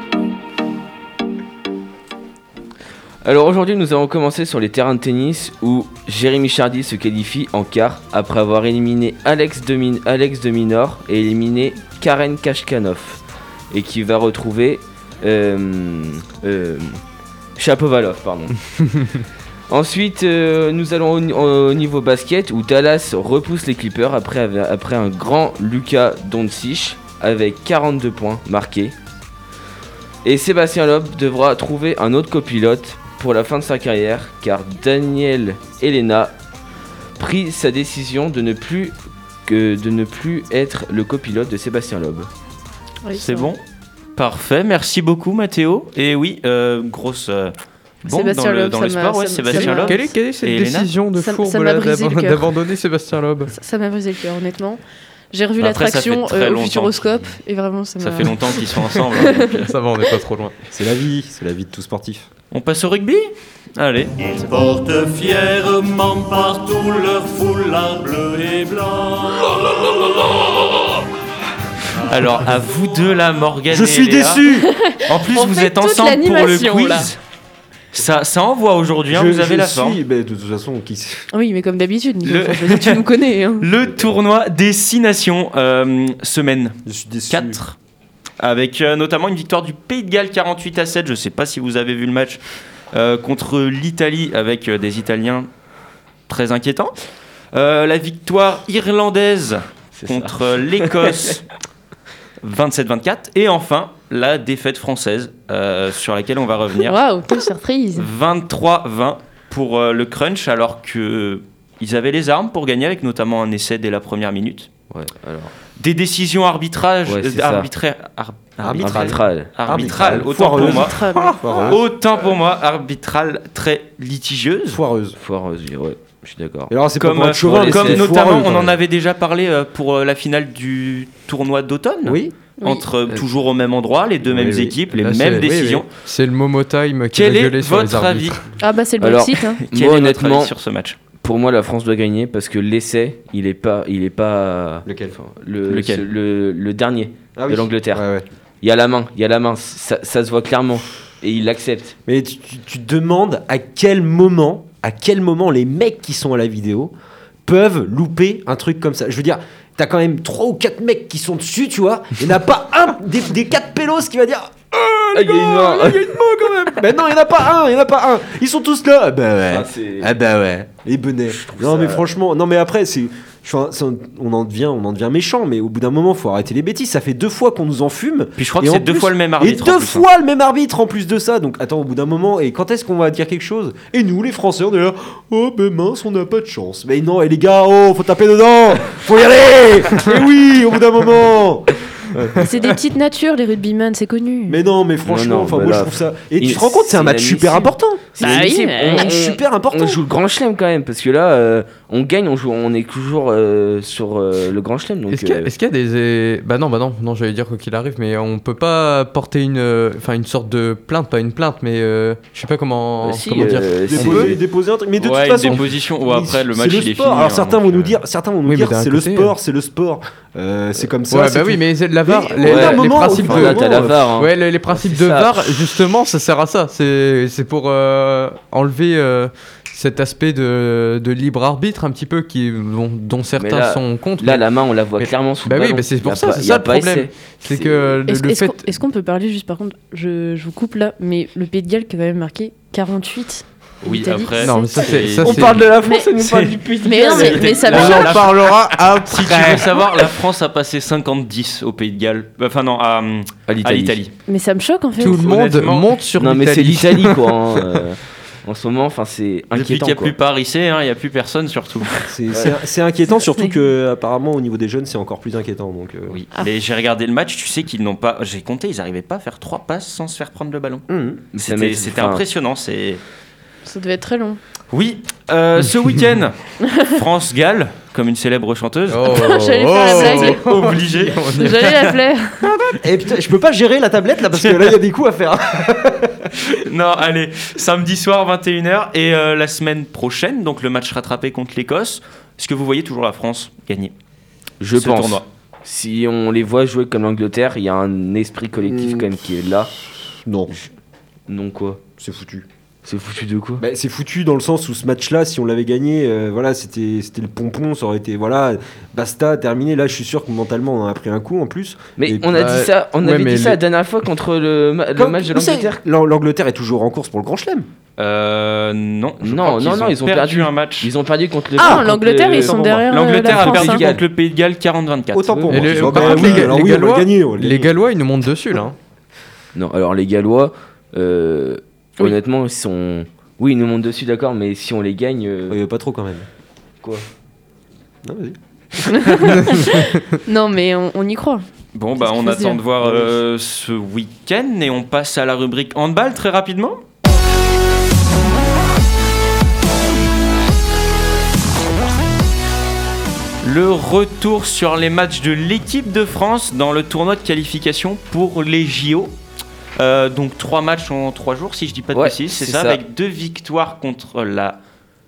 Alors aujourd'hui nous allons commencer sur les terrains de tennis où Jérémy Chardy se qualifie en quart après avoir éliminé Alex de, Min- Alex de Minor et éliminé Karen Kashkanov et qui va retrouver euh, euh, Shapovalov, pardon. Ensuite, euh, nous allons au, au niveau basket où Dallas repousse les Clippers après, après un grand Luka Doncic avec quarante-deux points marqués. Et Sébastien Loeb devra trouver un autre copilote pour la fin de sa carrière car Daniel Elena prit sa décision de ne plus, que, de ne plus être le copilote de Sébastien Loeb. Oui, c'est bon ? Parfait, merci beaucoup Mathéo. Et oui, euh, grosse euh, bombe Sébastien dans le, Loeb, dans ça le m'a- sport, ouais, ça m'a- Sébastien ça m'a- Loeb. Quelle est, quelle est cette Et Elena décision de Ça- fourbe ça m'a là, brisé le d'ab- cœur. d'abandonner Sébastien Loeb? Ça- Ça m'a brisé le cœur, honnêtement. J'ai revu Après, ça fait l'attraction très euh, au longtemps Futuroscope et vraiment ça m'a. Ça fait longtemps qu'ils sont ensemble. hein, donc, euh, Ça va, on n'est pas trop loin. C'est la vie, c'est la vie de tout sportif. On passe au rugby. Allez. Ils portent fièrement partout leur foulard bleu et blanc. Alors, à vous deux là, Morgane Je et suis Léa. déçu. En plus, On vous fait êtes toute ensemble pour le l'animation, quiz. là. Ça, ça envoie aujourd'hui, hein, Je- vous avez je la suis- forme. mais de toute façon, qui s- Oui, mais comme d'habitude, Nico, Le- enfin, je veux dire, tu nous connais. Hein. Le tournoi des six nations, euh, semaine je suis déçu. quatre, avec euh, notamment une victoire du Pays de Galles quarante-huit à sept. Je ne sais pas si vous avez vu le match euh, contre l'Italie avec euh, des Italiens très inquiétants. Euh, la victoire irlandaise C'est ça. contre euh, l'Écosse vingt-sept vingt-quatre. Et enfin, la défaite française euh, sur laquelle on va revenir. Waouh, quelle surprise. vingt-trois vingt pour euh, le crunch, alors que ils avaient les armes pour gagner, avec notamment un essai dès la première minute. Ouais, alors. Des décisions arbitrage, Ouais, c'est euh, ça. arbitraires, ar- arbitrales, Arbitral. arbitrales, autant pour Foireuse. moi, Arbitrable. Foireuse. autant pour moi, arbitrales très litigieuses. Foireuse. Foireuse, ouais, je suis d'accord. Et alors, c'est pas Comme, pour euh, être chauvin, mais comme c'est notamment, foireux, on quand en même. avait déjà parlé euh, pour euh, la finale du tournoi d'automne. Oui. Oui. Entre euh, toujours au même endroit, les deux Oui, mêmes oui. équipes, les Là, mêmes c'est- décisions. oui, oui. C'est le Momo Time qui Quel va est gueuler sur les votre avis arbitres. Ah bah c'est le Alors, Brexit. Hein. Quel Moi, est votre honnêtement, avis sur ce match? Pour moi, la France doit gagner parce que l'essai, il est pas, il est pas. Lequel Enfin, le, Lequel ce- le, le dernier Ah de oui. l'Angleterre. Ouais, ouais. Il y a la main, il y a la main, ça, ça se voit clairement et il l'accepte. Mais tu, tu- tu te demandes à quel moment, à quel moment les mecs qui sont à la vidéo peuvent louper un truc comme ça. Je veux dire, t'as quand même trois ou quatre mecs qui sont dessus, tu vois. Il n'y en a pas un des, des quatre pélos qui va dire Ah, il y a une main. il y a une main quand même. Mais non, il n'y en a pas un, il n'y en a pas un. Ils sont tous là. Ah bah ouais. Ah, c'est- Ah bah ouais. Les benets. Non ça- mais franchement, non mais après c'est. je suis un- c'est un- on, en devient, on en devient méchant, mais au bout d'un moment, faut arrêter les bêtises. Ça fait deux fois qu'on nous en fume. Puis je crois Et que en c'est deux plus- fois le même Et arbitre. en deux plus, hein. fois le même arbitre en plus de ça. Donc attends, au bout d'un moment, et quand est-ce qu'on va dire quelque chose? Et nous, les Français, on est là. Oh ben mince, on n'a pas de chance. Mais non, et les gars, oh, faut taper dedans. Faut y aller. Et oui, au bout d'un moment. C'est des petites natures, les rugbymen, c'est connu. Mais non, mais franchement, Non, non, enfin bah moi là, je trouve ça. Et il- tu te rends compte, c'est un c'est match super inadmissible. important. C'est Bah oui, inadmissible. mais- On- Un on- match super important. On joue le grand chelem quand même parce que là euh, on gagne, on joue, on est toujours euh, sur euh, le grand chelem. Donc Est-ce qu'il y, a- euh, est-ce qu'il y a des. Bah non, bah non, non j'allais dire quoi qu'il arrive, mais on peut pas porter une. euh, Enfin, une sorte de plainte, pas une plainte, mais euh, je sais pas comment, euh, si, comment dire. euh, si. Déposer, déposer un truc. Mais de Ouais, toute une façon. déposition. Ou après, le c'est match, le il est sport. fini. Alors hein, certains donc, vont nous euh, dire, certains vont nous Oui, mais dire, d'un c'est le côté, sport, c'est le sport. Euh, c'est comme ça. Ouais, c'est bah oui, tout. mais la V A R, Mais les, au bout d'un les moment, principes enfin, de. là, t'as la V A R. hein. Ouais, les, les principes C'est de ça. V A R, justement, ça sert à ça. C'est c'est pour euh, enlever euh, cet aspect de, de libre arbitre un petit peu qui, dont, dont certains là- sont contre. Là mais- la main on la voit mais- clairement sous Bah le oui, ballon. mais c'est pour Y a ça, pas- c'est y ça a le pas problème. essai. C'est C'est- que le, Est-ce le est-ce fait. qu'on est-ce qu'on peut parler juste par contre, je, je vous coupe là, mais le Pays de Galles qui a quand même marqué quarante-huit. Oui, l'Italie, après. Non, mais ça, c'est- ça, On c'est- parle de la France, Mais- ça nous parle c'est- du Pays de Mais non, Galles. mais, mais ça me La- choque. la- parlera Si tu veux savoir, la France a passé cinquante dix au Pays de Galles. Enfin, non, à, À à l'Italie. l'Italie. Mais ça me choque en fait. Tout le monde Honnêtement- monte sur Non mais c'est l'Italie. l'Italie quoi. hein, euh, En ce moment, enfin c'est Depuis qu'il inquiétant n'y a quoi. plus Paris, c'est, hein, il n'y a plus personne surtout. C'est c'est- c'est inquiétant, surtout que apparemment au niveau des jeunes, c'est encore plus inquiétant. Donc. euh, Oui. Ah. Mais j'ai regardé le match, tu sais qu'ils n'ont pas. J'ai compté, ils n'arrivaient pas à faire trois passes sans se faire prendre le ballon. hum. Ça C'était m'est- c'était enfin, impressionnant. C'est. Ça devait être très long. Oui, euh, ce week-end, France-Galles, comme une célèbre chanteuse. Oh, J'allais faire la blague. Obligé. J'allais la faire. Et putain, je peux pas gérer la tablette là parce que là il y a des coups à faire. Non, allez, samedi soir, vingt et une heures. Et euh, la semaine prochaine, donc le match rattrapé contre l'Écosse. Est-ce que vous voyez toujours la France gagner Je ce pense. tournoi? Si on les voit jouer comme l'Angleterre, il y a un esprit collectif Mm. quand même qui est là. Non, Non quoi. c'est foutu. C'est foutu de quoi? Bah, c'est foutu dans le sens où ce match-là, si on l'avait gagné, euh, voilà, c'était c'était le pompon, ça aurait été voilà, basta, terminé. Là, je suis sûr que mentalement, on a pris un coup en plus. Mais Et on a bah, dit ça, on ouais, avait mais dit ça les- la dernière fois contre le, ma- le Comme- match de vous savez, l'Angleterre. l'Ang- L'Angleterre est toujours en course pour le Grand Chelem. Euh, non. je Non, crois non, qu'ils non, ils ont perdu perdu. un match. Ils ont perdu contre le. Ah, contre l'Angleterre, le- ils sont pour derrière. euh, L'Angleterre la a France, perdu hein. contre le Pays de Galles quarante vingt-quatre. Autant pour Et moi. le- Ah, par bah contre, oui, les, alors les oui, on va le Gallois, gagner, on va le les gagner. Gallois, ils nous montent dessus là. hein. Non, alors les Gallois, euh, Oui. honnêtement, ils sont. Oui, ils nous montent dessus, d'accord, mais si on les gagne. euh, Euh, pas trop quand même. Quoi? Non, vas-y. Non, mais on, on y croit. Bon, bah, Qu'est-ce on qu'il faut se attend dire de voir euh, ce week-end et on passe à la rubrique handball très rapidement. Le retour sur les matchs de l'équipe de France dans le tournoi de qualification pour les J O. Euh, donc trois matchs en trois jours, si je dis pas de Ouais, bêtises, c'est c'est ça, ça. avec deux victoires contre la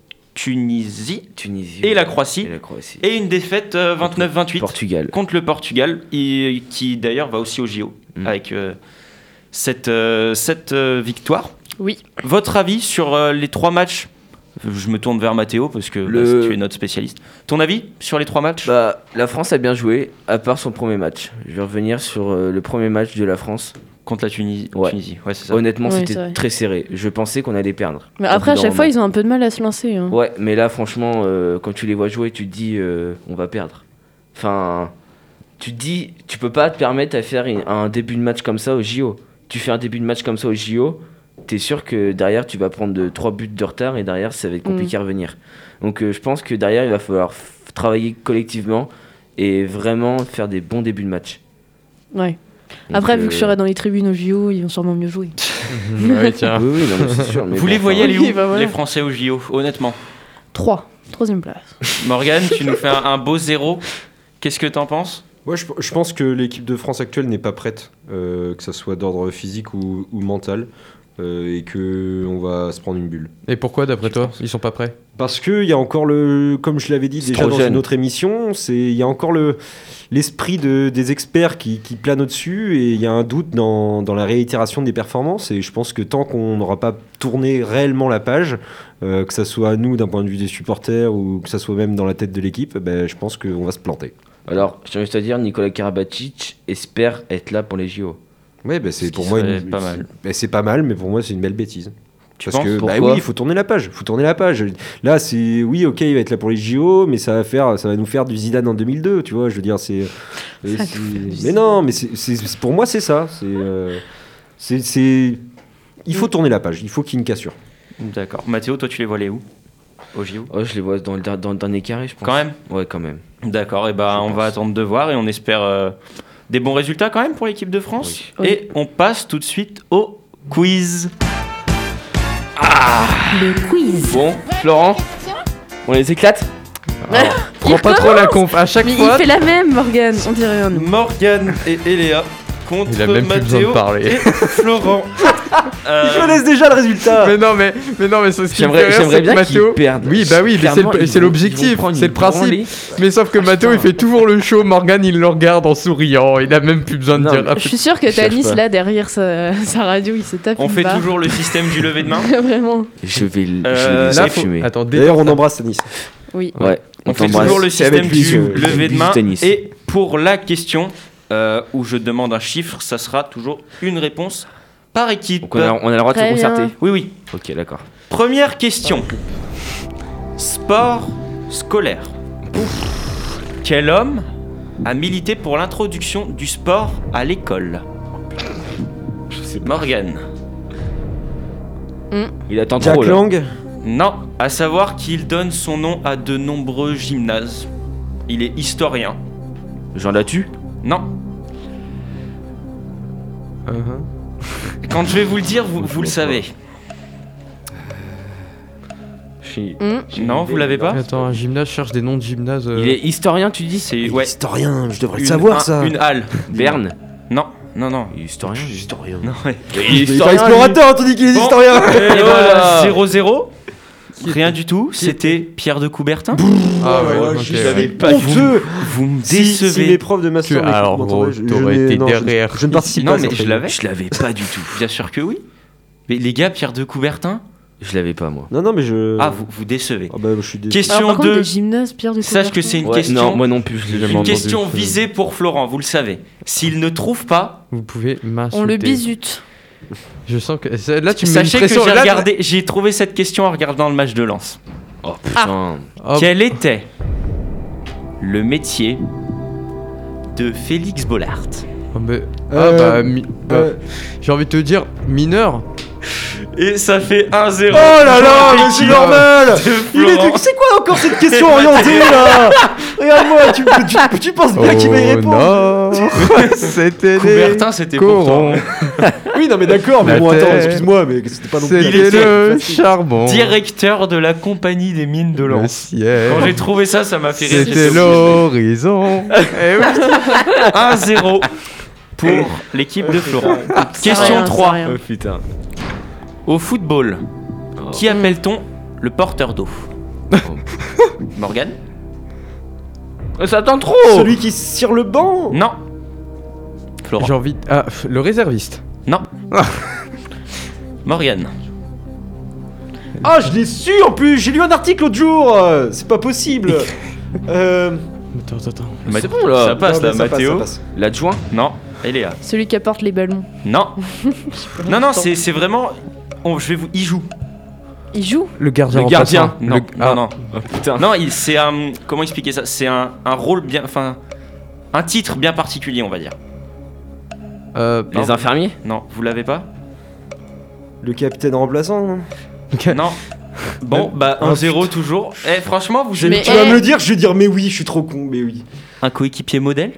Tunisie, Tunisie et la Croatie, et la Croatie. et une défaite euh, vingt-neuf vingt-huit Portugal. contre le Portugal, et, qui d'ailleurs va aussi aux J O Mm. avec euh, cette, euh, cette euh, victoire. Oui. Votre avis sur euh, les trois matchs? Je me tourne vers Mathéo parce que Le- bah, tu es notre spécialiste. Ton avis sur les trois matchs? Bah, la France a bien joué, à part son premier match. Je vais revenir sur euh, le premier match de la France. Contre la Tunisie. Ouais. Tunisie. Ouais, c'est ça. Honnêtement, Ouais, c'est c'était vrai. très serré. Je pensais qu'on allait perdre. Mais Au après, à bout d'un chaque fois, moment. ils ont un peu de mal à se lancer. hein. Ouais, mais là, franchement, euh, quand tu les vois jouer, tu te dis, euh, on va perdre. Enfin, tu te dis, tu peux pas te permettre à faire une- un début de match comme ça au J O. Tu fais un début de match comme ça au J O, t'es sûr que derrière, tu vas prendre de, trois buts de retard et derrière, ça va être compliqué à revenir. Donc, euh, je pense que derrière, il va falloir f- travailler collectivement et vraiment faire des bons débuts de match. Ouais. Donc, Après, vu euh, que je serai dans les tribunes au J O, ils vont sûrement mieux jouer. Ouais, tiens. Oui, oui, non, mais c'est sûr. mais Vous bon, les enfin, voyez aller où, oui, bah voilà. les Français au J O, honnêtement? trois. Troisième place. Morgane, tu nous fais un, un beau zéro. Qu'est-ce que t'en penses? Ouais, je, je pense que l'équipe de France actuelle n'est pas prête, euh, que ça soit d'ordre physique ou, ou mental, euh, et que on va se prendre une bulle. Et pourquoi, d'après toi, ils sont pas prêts? Parce que il y a encore le, comme je l'avais dit C'est déjà trop dans jeune. une autre émission, c'est il y a encore le l'esprit de, des experts qui, qui plane au-dessus et il y a un doute dans, dans la réitération des performances et je pense que tant qu'on n'aura pas tourné réellement la page, euh, que ça soit à nous d'un point de vue des supporters ou que ça soit même dans la tête de l'équipe, ben, je pense qu'on va se planter. Alors, j'ai envie de te dire, Nicolas Karabatic espère être là pour les J O. Ouais, ben, c'est Ce pour qui moi serait une, pas mal. ben, c'est pas mal, mais pour moi c'est une belle bêtise. Tu Parce penses? que bah Pourquoi oui, il faut tourner la page, faut tourner la page. Là, c'est oui, ok, il va être là pour les J O, mais ça va faire, ça va nous faire du Zidane en deux mille deux, tu vois. Je veux dire, c'est. et Ça c'est- nous fait du mais Zidane. non, mais c'est, c'est- c'est- pour moi, c'est ça. C'est, euh, c'est, c'est- il faut tourner la page. Il faut qu'il y ait une cassure. D'accord. Mathéo, toi, tu les vois aller où? Au J O? Oh, je les vois dans le, der- dans le dernier carré, je pense. Quand même? Ouais, quand même. D'accord, et bah Je on va pense. attendre de voir et on espère euh, des bons résultats quand même pour l'équipe de France. Oui. Et on passe tout de suite au quiz. Le quiz. Bon, Florent, on les éclate? Prends pas trop la conf. À chaque Mais il fois, fait la même, Morgane. On dirait un. Morgane et Eléa contre Il a même plus besoin de Mathéo parler. et Florent. Euh, Je laisse déjà le résultat. mais non, mais, mais non, mais ce qui me fait J'aimerais rire, j'aimerais c'est que bien Mathéo. qu'ils perdent. Oui, bah oui, mais c'est Clairement, le- ils c'est vont- l'objectif, ils vont prendre c'est une le principe. branlée. Mais sauf que Mathéo, il fait toujours le show. Morgane, il le regarde en souriant. Il a même plus besoin de Non, dire. mais- Je suis sûre que Cherche Tanis, pas. là, derrière sa, sa radio, il se tape on une fait barre. toujours le système du lever de main. Vraiment. Je vais, l- Euh, je vais les Là, faut- fumer. Attends, D'ailleurs, on détends- embrasse Tanis. Oui. Ouais, On fait t'embrasse. toujours le C'est avec système lui, du je- lever de du main. tennis. Et pour la question euh, où je demande un chiffre, ça sera toujours une réponse par équipe. Donc on a, on a le droit de se Très bien. concerter. Oui, oui. Ok, d'accord. Première question. Sport scolaire. Quel homme a milité pour l'introduction du sport à l'école? Morgane. Il attend Jack trop là. Lang. Non, à savoir qu'il donne son nom à de nombreux gymnases. Il est historien. Jean Latu? Non. Uh-huh. Quand je vais vous le dire, vous, vous le savez. Je suis- Hum. Non, vous l'avez pas? Attends, un gymnase cherche des noms de gymnase. euh, Il est historien, tu dis? C'est ouais. Historien, je devrais Une, le savoir un- ça. Une halle. Berne? Non, non, non. Il est historien. Historien. Non, ouais. Il est Il est pas explorateur, on te dit qu'il est Bon. historien. Et voilà. bah, zéro zéro. Rien du tout. C'était Pierre de Coubertin. Ah ouais, Ouais, ok, je ouais. savais pas Vous- du tout. Vous me Si, si décevez. les profs de master Que- m'écoutent, alors, m'entendent, gros, je- t'aurais je n'ai- été non, je- derrière. Je ne participe Non, pas. à mais cette je réunion. l'avais. Je l'avais pas du tout. Bien sûr que oui. Mais les gars, Pierre de Coubertin. Je l'avais pas, moi. Non, non, mais je. Ah, vous vous décevez. Ah bah, je suis déçu. Question Alors, par contre, deux. des gymnases, Pierre de Sache que Coubertin. c'est une Ouais, question. non, moi non plus, je l'ai jamais Une entendu. question visée pour Florent, vous le savez. S'il ne trouve pas, Vous pouvez m'insulter. On le bisute. Je sens que c'est- là tu me mets une sachez que pression. j'ai Là, regardé, j'ai trouvé cette question en regardant le match de Lens. Oh putain. Oh, Quel était le métier de Félix Bollard? oh, mais- Euh, ah bah, mi- bah, euh, j'ai envie de te dire mineur. Et ça fait un zéro. Oh là là, mais c'est normal. Il est Florent. du... C'est quoi encore cette question orientée là? Regarde-moi, tu, tu, tu penses bien qu'il va y répondre. C'était Coubertin, c'était pour toi. Oui, non, mais d'accord, mais La bon, attends, terre. excuse-moi, mais c'était pas non plus. C'était le facile. charbon. Directeur de la compagnie des mines de Le Lens. ciel. Quand j'ai trouvé ça, ça m'a fait rire. C'était l'horizon. Eh oui. un zéro pour l'équipe de Florent. Question rien, trois. c'est rien. Oh putain. Au football, qui appelle-t-on le porteur d'eau? Morgane? Oh, ça attend trop. Celui qui sur le banc. Non. Florent? J'ai envie. de- Ah, le réserviste. Non. Morgane? Ah, je l'ai su en plus. J'ai lu un article l'autre jour. euh, C'est pas possible. euh... Attends, attends, attends. Ma- C'est bon, là. Ça passe non, là, mais ça passe, Mathéo. ça passe. L'adjoint. Non. Eléa? Celui qui apporte les ballons. Non. Non, non, c'est c'est vraiment. on- je vais vous. Il joue. Il joue. Le gardien. Le en gardien. passant. Non, Le- non, ah. non. Oh putain. Non, il- c'est un. Comment expliquer ça? C'est un, un rôle bien. Enfin. Un titre bien particulier, on va dire. Euh, Non. Les infirmiers. Non, vous l'avez pas? Le capitaine remplaçant. non Non. Bon, bah un zéro toujours. Eh, franchement, vous Mais avez Tu vas eh. me le dire, je vais dire, mais oui, je suis trop con, mais oui. un coéquipier modèle?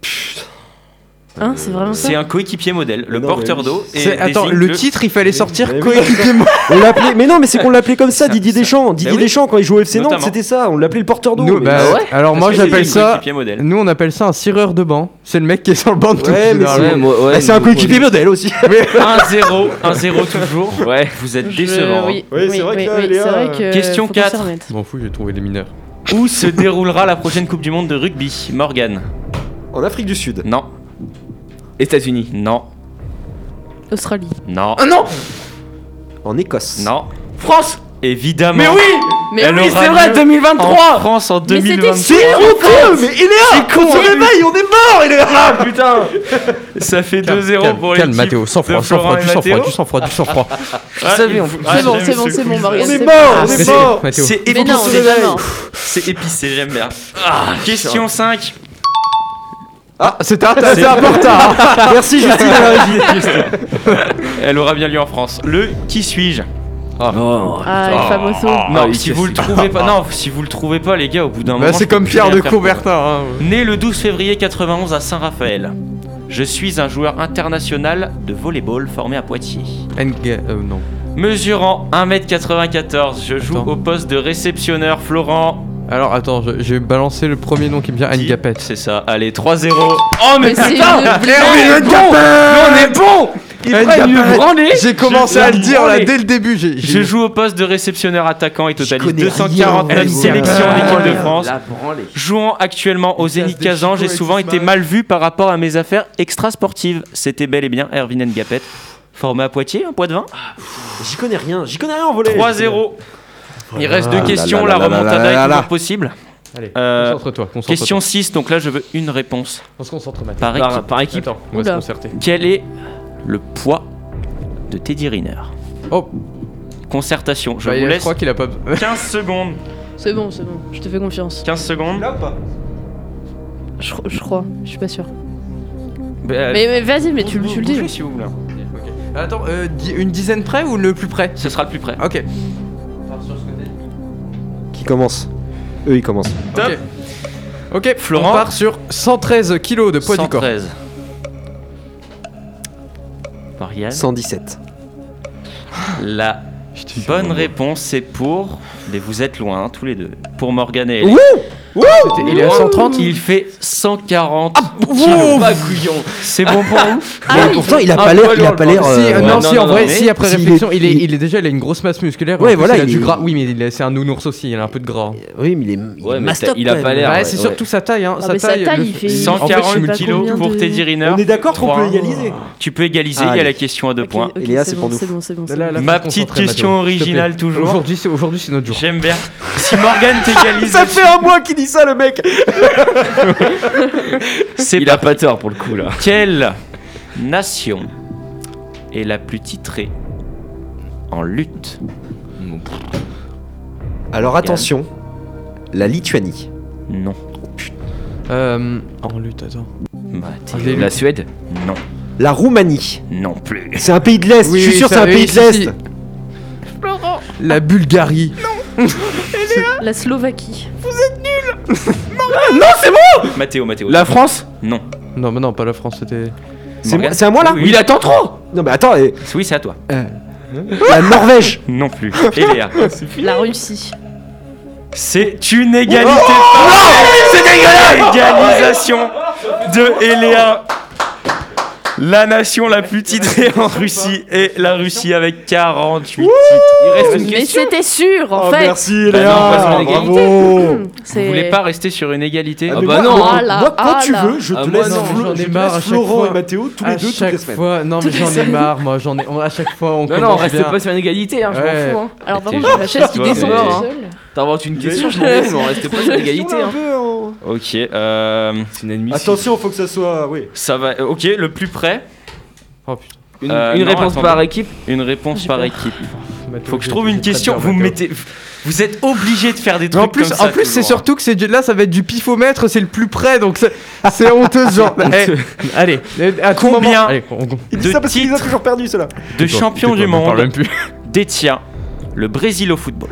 Hein, c'est vraiment ça. C'est un coéquipier modèle, le Non, porteur mais- d'eau. et C'est- Attends, désigne le titre, il fallait sortir Mais oui. coéquipier. On l'appelait, mais non, mais c'est qu'on l'appelait comme ça, Ça- Didier ça- Deschamps. Didier Bah oui. Deschamps, quand il jouait au F C Nantes, Notamment. c'était ça. On l'appelait le porteur d'eau. Nous, mais- bah, Ah ouais alors moi Parce que j'appelle c'est un ça. coéquipier modèle. Nous on appelle ça un cireur de banc. C'est le mec qui est sur le banc de touche. Ouais, mais généralement. c'est- moi- ouais, Ah, c'est un nous- coéquipier modèle aussi. un zéro, un zéro toujours. Ouais. Vous êtes Je- décevant. Oui, Oui, oui, c'est vrai que oui, là, oui, Léa, c'est vrai euh, que. Question faut qu'on s'y quatre. remette. Je m'en fous, j'ai trouvé les mineurs. Où se déroulera la prochaine Coupe du Monde de rugby? Morgane? En Afrique du Sud. Non. États-Unis. Non. Australie. Non. Ah non. En Écosse. Non. France. Évidemment. Mais oui. Mais Elle oui, aura c'est vrai, lieu deux mille En vingt-trois. France en Mais deux mille c'était vingt-trois. C'est honteux, mais il est là. con, On se hein. réveille, on est mort, il est là. Ah putain. Ça fait Calme, deux zéro calme, pour calme, l'équipe Mathéo, sans de froid, sans Florent froid, et du sang froid, Mathéo. du sang froid, du sang froid. Ah, savais, il en faut- plus. ah, C'est bon, j'aime c'est bon, ce c'est bon, quiz. Morgane. On est c'est mort, bon. on Mais est c'est- mort. Mathéo. C'est Mais non, épicé. on est pas mort. C'est épicé, j'aime bien. Ah, question cinq. Ah, c'était un c'est important. hein. Merci Justine à la régie. Elle aura bien lieu en France. Le qui suis-je? Oh. Ah, le famoso. Non, il si casse- vous le trouvez pas, non, si vous le trouvez pas, les gars, au bout d'un moment. Bah, je c'est peux comme plus Pierre rien de faire pour vous. Coubertin. hein. Né le douze février quatre-vingt-onze à Saint-Raphaël. Je suis un joueur international de volleyball formé à Poitiers. Nga- euh, non. Mesurant un mètre quatre-vingt-quatorze, je joue Attends. au poste de réceptionneur. Florent. Alors attends, je, je vais balancer le premier nom qui me vient. Ngapet. C'est ça, allez, trois zéro. Oh, mais Mais c'est putain une Mais blague. on est bon Mais on est bon Il prennent une branlée. J'ai commencé Je à le dire là branlée. dès le début. J'ai, j'ai- Je joue au poste de réceptionneur attaquant et totalise connais deux cent rien, quarante-neuf ouais, sélections en ouais. équipe de France. La branlée. Jouant actuellement au Zénith des Kazan, chicots j'ai avec souvent qui se été marrent. mal vu par rapport à mes affaires extra-sportives. C'était bel et bien Erwin Ngapet. Formé à Poitiers, un Poids-de-Vin. J'y connais rien, j'y connais rien en volley. trois zéro. Il reste deux Ah, questions, là, la là, là, là, remontada là, est là, toujours là. possible. Allez, Euh, concentre-toi. concentre-toi. Question six, donc là je veux une réponse On se concentre Mathéo. par Par, équipe. par équipe. Attends, on va se Oula. concerter. Quel est le poids de Teddy Riner? Oh, Concertation, je bah, vous je laisse crois qu'il a pas. quinze secondes. C'est bon, c'est bon. Je te fais confiance. quinze secondes. Là ou pas? Je, je crois. Je suis pas sûr. Bah, euh, Mais, mais vas-y, mais tu, le- tu le dis. bougez si vous voulez. Attends, euh, di- une dizaine près ou le plus près? Ce sera le plus près. Ok. Qui commence? Eux, ils commencent. Top. Ok. Ok, Florent. on part sur cent treize kilos de poids du corps. cent treize. Marianne. cent dix-sept. La Je te jure. bonne réponse c'est pour. Mais vous êtes loin, hein, tous les deux. Pour Morgane et Ellie. C'était- Il est à cent trente. Il fait cent quarante Oh, kilos. pas couillon. C'est bon pour vous? Ah Mais oui. pourtant, il a Un pas l'air, poil il a dans pas le l'air. ventre. Si, euh, euh, ouais, non, non, si, non, en vrai, mais si, après s'il réflexion, est- il est, il- il est déjà, il a une grosse masse musculaire. Ouais, en plus, voilà, il a il du est- gras. Oui, mais il a- c'est un nounours aussi, il a un peu de gras. Oui, mais il est, il Ouais, est mais mastoc, il a quand pas même. l'air. Ouais, ouais, c'est ouais. surtout sa taille. Hein. Ah, sa mais sa taille, taille, le- il fait- cent En fait, je quarante sais pas kilos combien pour de- Teddy Riner. On est d'accord qu'on Trois. peut égaliser. Tu peux égaliser, Ah, il y a allez. la question à deux Ok, points. ok, Et Léa, c'est c'est bon, pour nous. c'est bon, c'est bon, c'est Là, bon. là, Ma faut te petite concentrer, question Mathéo, s'il te plaît. originale toujours. Aujourd'hui, c'est aujourd'hui, c'est notre jour. J'aime bien. Si Morgane t'égalise, Ça fait un mois qu'il dit ça, le mec. c'est Il a pas tort pour le coup là. Quelle nation est la plus titrée en lutte? Alors attention, la Lituanie. Non. Euh, en lutte, attends. Mathéo. Des La luttes. Suède. Non. La Roumanie. Non plus. C'est un pays de l'Est, Oui, je suis sûr ça- c'est un oui, pays de si, l'Est. si. La Bulgarie. La Slovaquie. Non, c'est bon. Mathéo, Mathéo. La France. Non. Non, mais non, pas la France, c'était. C'est, Morgane. moi- c'est à moi là Oui, Il attend trop. Non mais attends, eh, Oui, c'est à toi. la Norvège. Non plus. Et Léa. La Russie. C'est une égalité. C'est dégueulasse. Égalisation de Eléa. La nation la plus titrée en Russie est la Russie avec quarante-huit titres. Il reste une Mais question. c'était sûr, en Oh, fait. merci Bah Léa, non, pas sur l'égalité. bravo. C'est... Vous voulez pas rester sur une égalité Ah, Ah mais bah moi, non. moi, Ah là, moi, quand ah tu là. veux, je te Ah, moi, laisse, non, Flo- j'en ai je te marre laisse à chaque Florent fois. et Mathéo tous les À deux toutes chaque les semaines. fois, non mais Toutes les j'en ai semaines. marre, moi j'en ai. on- À chaque fois, on Non, commence non, on reste bien. pas sur une égalité, hein, je Ouais. m'en fous. Hein. Alors par T'es contre, j'ai la chaise qui toi, descend mais- toute hein. seule. T'inventes une question, je m'en fous, mais on reste pas sur une égalité. Hein. Ok. Euh, C'est inadmissible. Attention, faut que ça soit. Oui. ça va. Ok, le plus près. Oh putain. Une, Euh, une non, réponse attendez. par équipe. Une réponse J'ai par peur. équipe. Mathéo, Faut que je j'ai- trouve j'ai une très question. peur, Vous Mathéo. mettez. Vous êtes obligé de faire des Mais trucs en plus, comme ça. en plus c'est toujours. surtout que c'est du- là, ça va être du pifomètre, c'est le plus près, donc c'est, c'est honteux, genre. Eh, allez, à tout Combien moment- Allez, on- on- Il dit De ça parce qu'il les a titres. toujours perdus, ceux-là. de champion du on en parle monde même plus. détient le Brésil au football.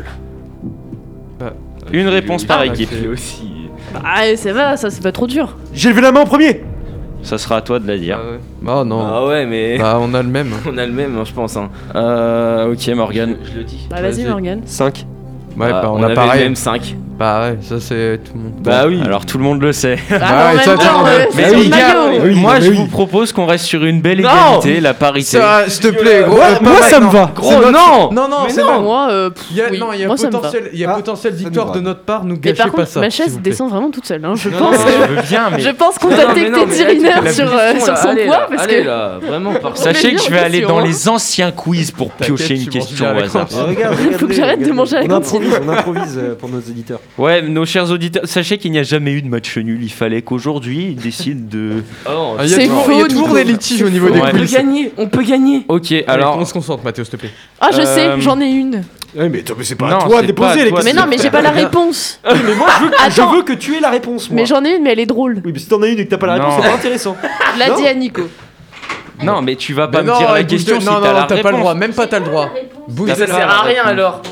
Bah, Une réponse par ah, équipe. c'est- aussi. Ah, ça va, ça c'est pas trop dur. J'ai levé la main en premier. Ça sera à toi de la dire. Ah ouais. Oh non. Ah ouais, mais. Bah, on a le même. On a le même, hein, je pense. Hein. Euh, ok, Morgane. Je le dis. Bah vas-y, Vas-y. Morgane. cinq. Ouais, Bah, bah, on, on a avait pareil. le même cinq. Bah ouais, ça c'est tout le monde. Bah oui. Alors tout le monde le sait. Ah, Bah en ouais, même ça, temps, t'as- euh, Mais c'est les le gars, maillot. oui, moi mais je oui. vous propose qu'on reste sur une belle Non. égalité, la parité. Ça, s'il te plaît, gros. Moi, euh, pas moi, ça me maintenant. va. Gros, C'est notre- non. Non, non, Mais c'est non. pas. Moi, euh, pff, Il y a, oui. non, il y a Moi, ça me va. potentiel, il y a Ah, potentiel ça nous victoire va. de notre part, nous Mais gâchez par pas contre, ça. ma s'il chaise vous plaît. descend vraiment toute seule. Hein. Je Non, pense non, que... Je veux bien, mais Je pense qu'on Non, t'a non, mais détecté non, mais là, tu Diriner fais la sur, question, euh, là. sur son Allez, poids là, parce allez, que... là, vraiment, par sachez que je vais aller dans hein. les anciens quiz pour piocher une tu manges question bien au à la hasard. cantine. Regarde, Faut que j'arrête de manger à la On cantine. improvise, on improvise euh, pour nos auditeurs. Ouais, nos chers auditeurs, sachez qu'il n'y a jamais eu de match nul. Il fallait qu'aujourd'hui ils décident de. Oh, Ah, Il y a C'est toujours, faux, il y a toujours Nico. des litiges au niveau faux. des Ouais. on peut quiz. gagner, on peut gagner. Ok, Alors, alors. on se concentre, Mathéo, s'il te plaît. Ah, je sais, Euh, j'en ai une. Ouais, mais, attends, mais c'est pas Non, à toi c'est de pas à déposer les toi de questions. Mais non, mais j'ai pas la réponse. Mais moi, je veux, que, je Attends. veux que tu aies la réponse, moi. Mais j'en ai une, mais elle est drôle. Oui, mais si t'en as une et que t'as pas la réponse, Non. c'est pas intéressant. Je l'ai Non. dit à Nico. Non, mais tu vas pas Mais me non, dire la écoute, question si non, t'as non, la t'as pas le droit, réponse. même pas t'as le droit. Bouge Ça de sert là. à rien alors.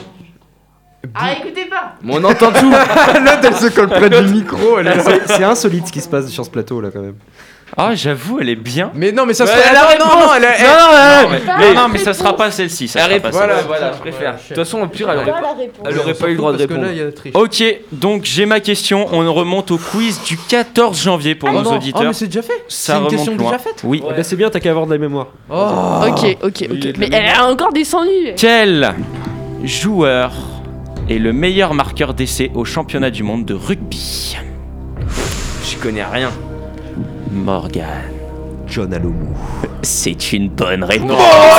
Ah, écoutez pas. Mais on entend tout. L'autre, elle se colle près du micro. Elle est... C'est c'est insolite ce qui se passe sur ce plateau, là, quand même. Ah, j'avoue, elle est bien. Mais non, mais ça Ouais, serait. la Attends, non, non, elle est. elle- Non, mais, pas mais la non, mais ça réponse. sera pas celle-ci. Ça La sera pas réponse, celle-ci. voilà, voilà, je préfère. De toute façon, au pire, elle aurait Pas pas, la réponse. elle aurait pas eu le droit de Parce que répondre. là, il y a la triche. Ok, donc j'ai ma question. On remonte au quiz du quatorze janvier pour Oh nos non. auditeurs. Oh, mais c'est déjà fait. Ça C'est une remonte question loin. déjà faite. Oui. Eh ben, c'est bien, t'as qu'à avoir de la mémoire. Oh. Ok, ok, il y a ok. de Mais la elle a encore descendu. Quel joueur est le meilleur marqueur d'essai au championnat du monde de rugby? Je connais rien. Morgan. John Alomou. C'est une bonne réponse.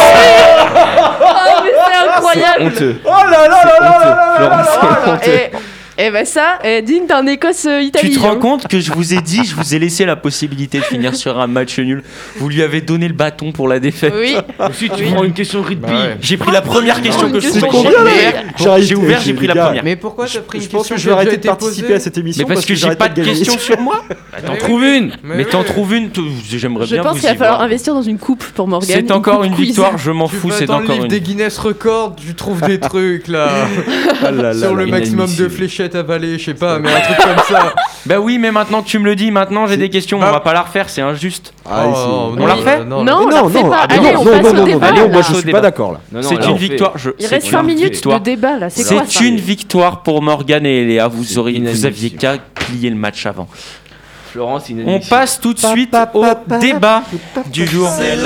Oh, mais c'est incroyable. Honteux. Oh là là là là là Florence, c'est honteux. Et, et bah ça, eh, digne d'un Écosse-Italie. Tu te rends hein. compte que je vous ai dit, je vous ai laissé la possibilité de finir sur un match nul. Vous lui avez donné le bâton pour la défaite. Oui. Ensuite, tu Oui. prends une question rugby. Bah ouais. J'ai pris la première question une que je question trouvais. combien, J'ai là ouvert, J'arrive, j'ai ouvert, j'ai les pris la gars. première. Mais pourquoi t'as pris une Je pense question que je qui vais a déjà arrêter de été participer posée à cette émission. Mais parce que j'ai j'arrête pas de gagner. questions sur moi. Bah, t'en Mais trouves une. Mais Mais oui. t'en trouves une. t- J'aimerais Je bien pense vous qu'il va y falloir voir. investir dans une coupe pour Morgane. C'est encore coupe une quiz. victoire, je m'en Tu fous, vas c'est dans le encore livre une. des Guinness Records, tu trouves des trucs là. Ah là là Sur là. le maximum de inadmissible. fléchettes avalées, je sais pas, mais un truc comme ça. Bah oui, mais maintenant que tu me le dis, maintenant j'ai des questions, Bah- on va pas la refaire, c'est injuste. Ah, ici. Oh, On la refait non, Non, on Mais la refait pas. ah, mais Allez, non, on non, passe non, au non, débat. non, non, moi là. je Au suis débat. pas d'accord là. Non, non, C'est là, une on fait. victoire. je- Il c'est reste une cinq minutes victoire. de débat là, c'est quoi C'est ça une victoire pour Morgane et Léa, vous, C'est auriez, vous inadmissible. aviez qu'à plier le match avant. Florence, c'est On inadmissible. passe tout de suite au débat du jour.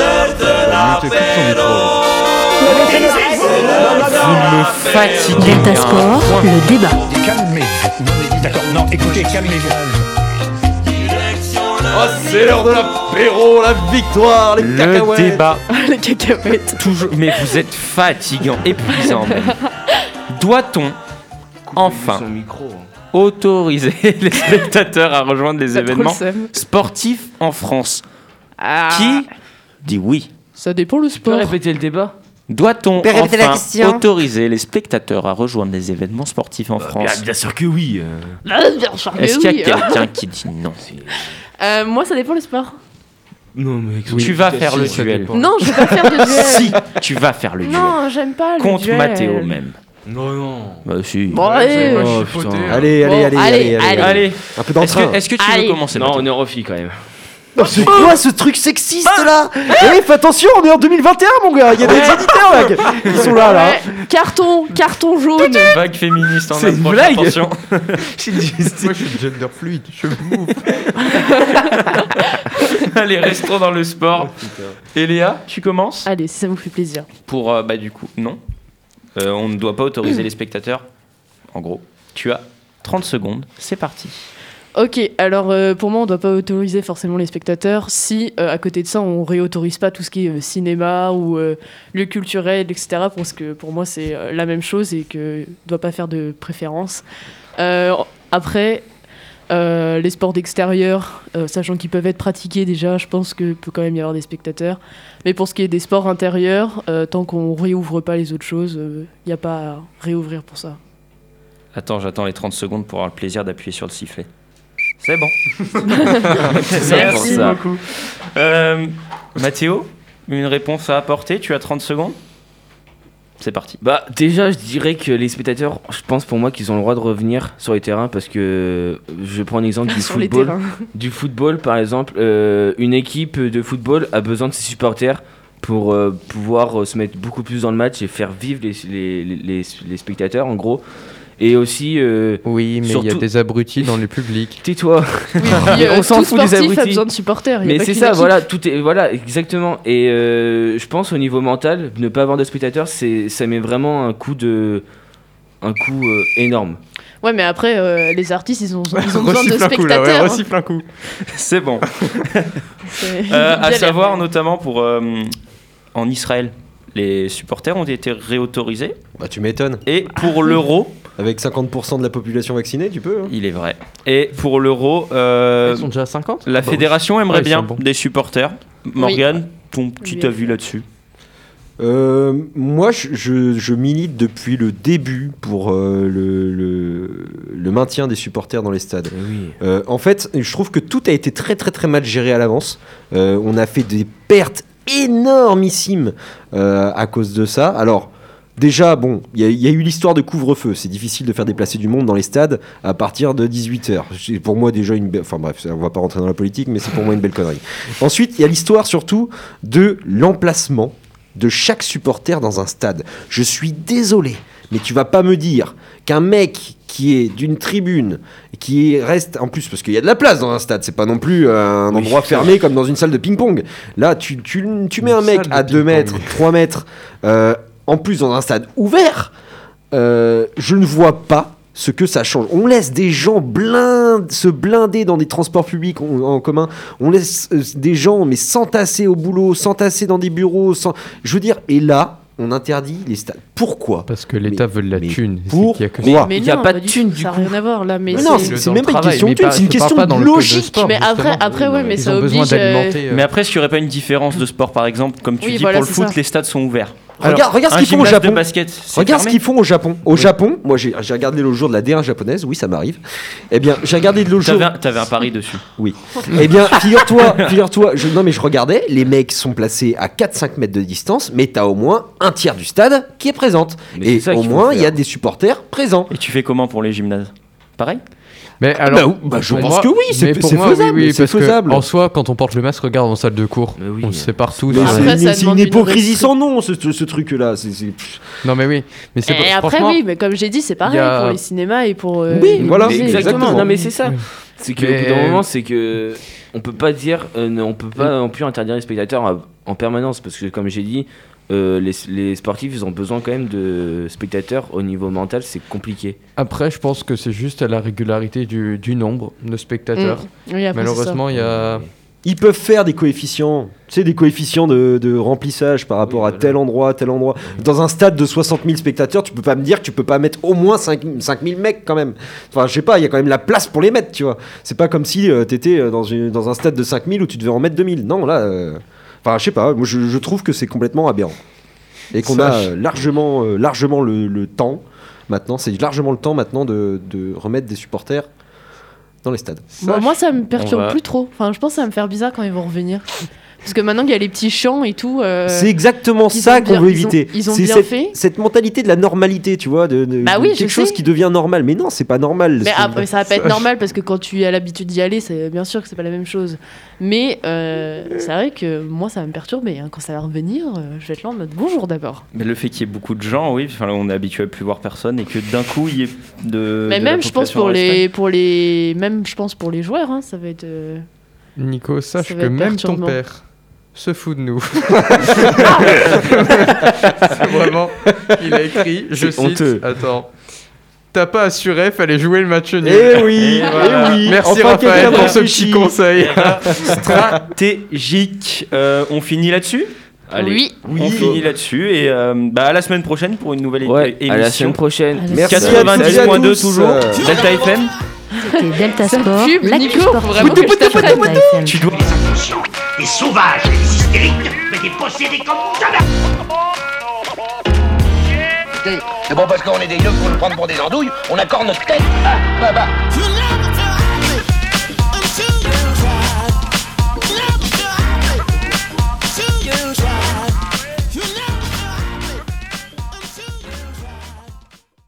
Vous me fatiguez. Delta mais à un Sport, point. le débat. Calmez-vous. D'accord, non, écoutez, calmez-vous. Oh, c'est l'heure de l'apéro, la victoire, les Le cacahuètes. débat, Les cacahuètes. toujours. Mais vous êtes fatigant, épuisant même. Doit-on enfin Son micro. hein. autoriser les spectateurs à rejoindre les T'as trop le événements seum. sportifs en France? Ah. Qui dit oui? Ça dépend le Tu peux sport. répéter le débat? Doit-on peux répéter la enfin question autoriser les spectateurs à rejoindre les événements sportifs en France? bien sûr que oui. Ah, bien sûr que Est-ce qu'il y a oui. quelqu'un qui dit non? Euh, Moi, ça dépend le sport. Non, mais Tu vas faire le ça duel. dépend. Non, je vais pas faire de duel. Si, tu vas faire le duel. Non, j'aime pas le Contre duel. Mathéo même. Non, non. Bah si. Bon, allez, Oh, putain. putain. Allez, allez, Bon, allez, allez, allez, allez, Allez, Un peu est-ce d'entrain. que, est-ce que tu Allez. veux commencer Non, Mathieu on est Rofi quand même. Non, c'est quoi ce truc sexiste là? Eh, fais attention, on est en deux mille vingt et un, mon gars. Il y a des éditeurs là qui- qui sont là, là. Ouais, carton, carton jaune. Vague féministe en C'est une approche, blague. attention. Moi, je suis gender fluide, je m'ouvre. Allez, restons dans le sport. Et Léa, tu commences Allez, si ça vous fait plaisir. Pour, euh, bah du coup, non. Euh, on ne doit pas autoriser les spectateurs. En gros, tu as trente secondes, c'est parti. Ok, alors euh, pour moi, on doit pas autoriser forcément les spectateurs si, euh, à côté de ça, on réautorise pas tout ce qui est euh, cinéma ou euh, lieu culturel, et cetera. Parce que pour moi, c'est euh, la même chose et que ne doit pas faire de préférence. Euh, après, euh, les sports d'extérieur, euh, sachant qu'ils peuvent être pratiqués déjà, je pense que peut quand même y avoir des spectateurs. Mais pour ce qui est des sports intérieurs, euh, tant qu'on réouvre pas les autres choses, il n'y a pas à réouvrir pour ça. Attends, j'attends les trente secondes pour avoir le plaisir d'appuyer sur le sifflet. C'est bon. Merci beaucoup. Euh, Mathéo, une réponse à apporter? Tu as trente secondes? C'est parti. Bah déjà je dirais que les spectateurs, je pense pour moi qu'ils ont le droit de revenir sur les terrains parce que je prends un exemple du Sur les football. terrains. Du football par exemple, euh, une équipe de football a besoin de ses supporters pour euh, pouvoir euh, se mettre beaucoup plus dans le match et faire vivre les, les, les, les spectateurs en gros. Et aussi... Euh, oui, mais il surtout... y a des abrutis dans le public. Tais-toi. Oui, puis, euh, on s'en tout fout des sportif abrutis. a besoin de supporters. y a Mais pas c'est qu'une ça, équipe. voilà, tout est, voilà, exactement. Et euh, je pense au niveau mental, ne pas avoir de spectateurs, c'est, ça met vraiment un coup de, un coup euh, énorme. Ouais, mais après, euh, les artistes, ils ont, ils ont besoin de Recycle un coup, là, spectateurs. ouais, hein. recycle un coup. C'est bon. C'est- Euh, à galère. savoir notamment pour euh, en Israël, les supporters ont été réautorisés. Bah, tu m'étonnes. Et pour l'euro, Avec cinquante pour cent de la population vaccinée, tu peux. Hein. il est vrai. Et pour l'euro, euh, Ils sont déjà à cinquante. la Bah, fédération aimerait Ah, ils bien sont bons. des supporters. Morgane, ton petit Oui. avis là-dessus? Euh, moi, je, je, je milite depuis le début pour euh, le, le, le maintien des supporters dans les stades. Oui. Euh, en fait, je trouve que tout a été très très très mal géré à l'avance. Euh, on a fait des pertes énormissimes euh, à cause de ça. Alors, déjà, bon, il y, y a eu l'histoire de couvre-feu. C'est difficile de faire déplacer du monde dans les stades à partir de dix-huit heures. C'est pour moi déjà une... Be- enfin bref, on va pas rentrer dans la politique, mais c'est pour moi une belle connerie. Ensuite, il y a l'histoire surtout de l'emplacement de chaque supporter dans un stade. Je suis désolé, mais tu vas pas me dire qu'un mec qui est d'une tribune, qui reste en plus, parce qu'il y a de la place dans un stade, c'est pas non plus euh, un Oui, endroit c'est fermé comme dans une salle de ping-pong. Là, tu, tu, tu mets Une un mec salle de à deux ping-pong. mètres, trois mètres, euh, en plus dans un stade ouvert, euh, je ne vois pas ce que ça change. On laisse des gens blind, se blinder dans des transports publics en, en commun. On laisse euh, des gens mais s'entasser au boulot, s'entasser dans des bureaux. Sans... Je veux dire, et là, on interdit les stades. Pourquoi? Parce que l'État Mais- veut de la mais thune. c'est pourquoi qu'il y a que Mais- ça. Mais Il y a non, pas de du thune, tout, du ça n'a coup. rien à voir là. Mais Mais non, c'est- c'est- Le- c'est dans même le pas une travail, question de mais thune, pas- c'est une je parle question pas de dans le code de logique. sport, mais après, justement. après, ouais, mais Ils ça ont besoin oblige. euh, d'alimenter. euh, Mais après, est-ce qu'il n'y aurait pas une différence de sport, par exemple, comme tu Oui, dis, voilà, pour le c'est foot, ça. les stades sont ouverts. Regarde, regarde ce Un qu'ils font au gymnase de Japon. basket, c'est Regarde ce fermé. qu'ils font au Japon. Au Japon, moi j'ai j'ai regardé l'autre jour de la D un japonaise, oui ça m'arrive. Eh bien, j'ai regardé l'autre jour. T'avais un, t'avais un pari dessus. Oui. Eh bien, figure-toi, figure-toi, je, non mais je regardais, les mecs sont placés à quatre cinq mètres de distance, mais t'as au moins un tiers du stade qui est présente. Mais Et c'est ça au qu'il faut moins, il y a faire. des supporters présents. Et tu fais comment pour les gymnases? Pareil? Mais alors, bah, bah, je pour pense moi- que oui, c'est- mais pour c'est moi, faisable, Oui, oui, c'est parce faisable. que en soi, quand on porte le masque, regarde en salle de cours, Mais oui. on se sépare tous. Mais Ouais. c'est Après, une, ça c'est demande une une hypocrisie restriction. sans nom, ce, ce- ce truc-là. C'est, c'est- Non mais oui, mais c'est Et pas- après, franchement, oui, mais comme j'ai dit, c'est pareil il y a- pour les cinémas et pour. euh, Oui, les voilà, musées. Mais exactement. exactement. Non mais c'est ça. C'est qu'au Mais- bout d'un moment, c'est que on peut pas dire, euh, non, on peut pas non plus interdire les spectateurs à- en permanence parce que comme j'ai dit, euh, les, les sportifs ils ont besoin quand même de spectateurs au niveau mental, c'est compliqué. Après, je pense que c'est juste à la régularité du, du nombre de spectateurs. Mm. Oui, après, Malheureusement, il y a. Ils peuvent faire des coefficients, tu sais, des coefficients de, de remplissage par rapport Oui, à voilà. tel endroit, tel endroit. Dans un stade de soixante mille spectateurs, tu peux pas me dire que tu peux pas mettre au moins cinq mille mecs quand même. Enfin, je sais pas, il y a quand même la place pour les mettre, tu vois. C'est pas comme si euh, t'étais euh, dans, une- dans un stade de cinq mille où tu devais en mettre deux mille. Non, là, euh, enfin, je sais pas, moi je, je trouve que c'est complètement aberrant. Et qu'on a Sache. euh, largement, euh, largement le, le temps, maintenant, c'est largement le temps maintenant de, de remettre des supporters dans les stades. Bon, moi, ça me On perturbe va- plus trop. Enfin, je pense que ça va me faire bizarre quand ils vont revenir. Parce que maintenant qu'il y a les petits champs et tout. Euh, c'est exactement ça qu'on bien, veut ils éviter. Ont, ils ont c'est bien cette, fait. Cette mentalité de la normalité, tu vois, de, de, bah oui, de quelque chose sais. qui devient normal. Mais non, c'est pas normal. Mais après, ça va pas être normal parce que quand tu as l'habitude d'y aller, c'est bien sûr que c'est pas la même chose. Mais euh, c'est vrai que moi, ça va me perturber. Hein. Quand ça va revenir, euh, je vais être là en mode bonjour d'abord. Mais le fait qu'il y ait beaucoup de gens, oui, enfin, on est habitué à plus voir personne et que d'un coup il y ait de. Mais de même, je pense pour les, pour les, même je pense pour les joueurs, hein, ça va être. Euh... Nico, sache que même ton père se fout de nous. C'est vraiment, il a écrit, je cite, honteux. Attends, t'as pas assuré, fallait jouer le match nul. Eh oui, et voilà. eh oui. Merci enfin, Raphaël pour ce petit conseil. Stratégique. Euh, on finit là-dessus. Allez, oui. oui, on finit là-dessus et euh, bah à la semaine prochaine pour une nouvelle ouais, émission. À la semaine prochaine. Merci. quatre-vingt-dix point deux toujours. Delta F M. C'était Delta Sport, pub, l'actu Nico, sportive. vraiment que je t'apprenne. Tu dois. Des inconscients, des sauvages, des hystériques, mais des possédés comme jamais. C'est bon parce qu'on est des yeux pour nous prendre pour des andouilles, on accorde notre tête. Ah, bah, bah.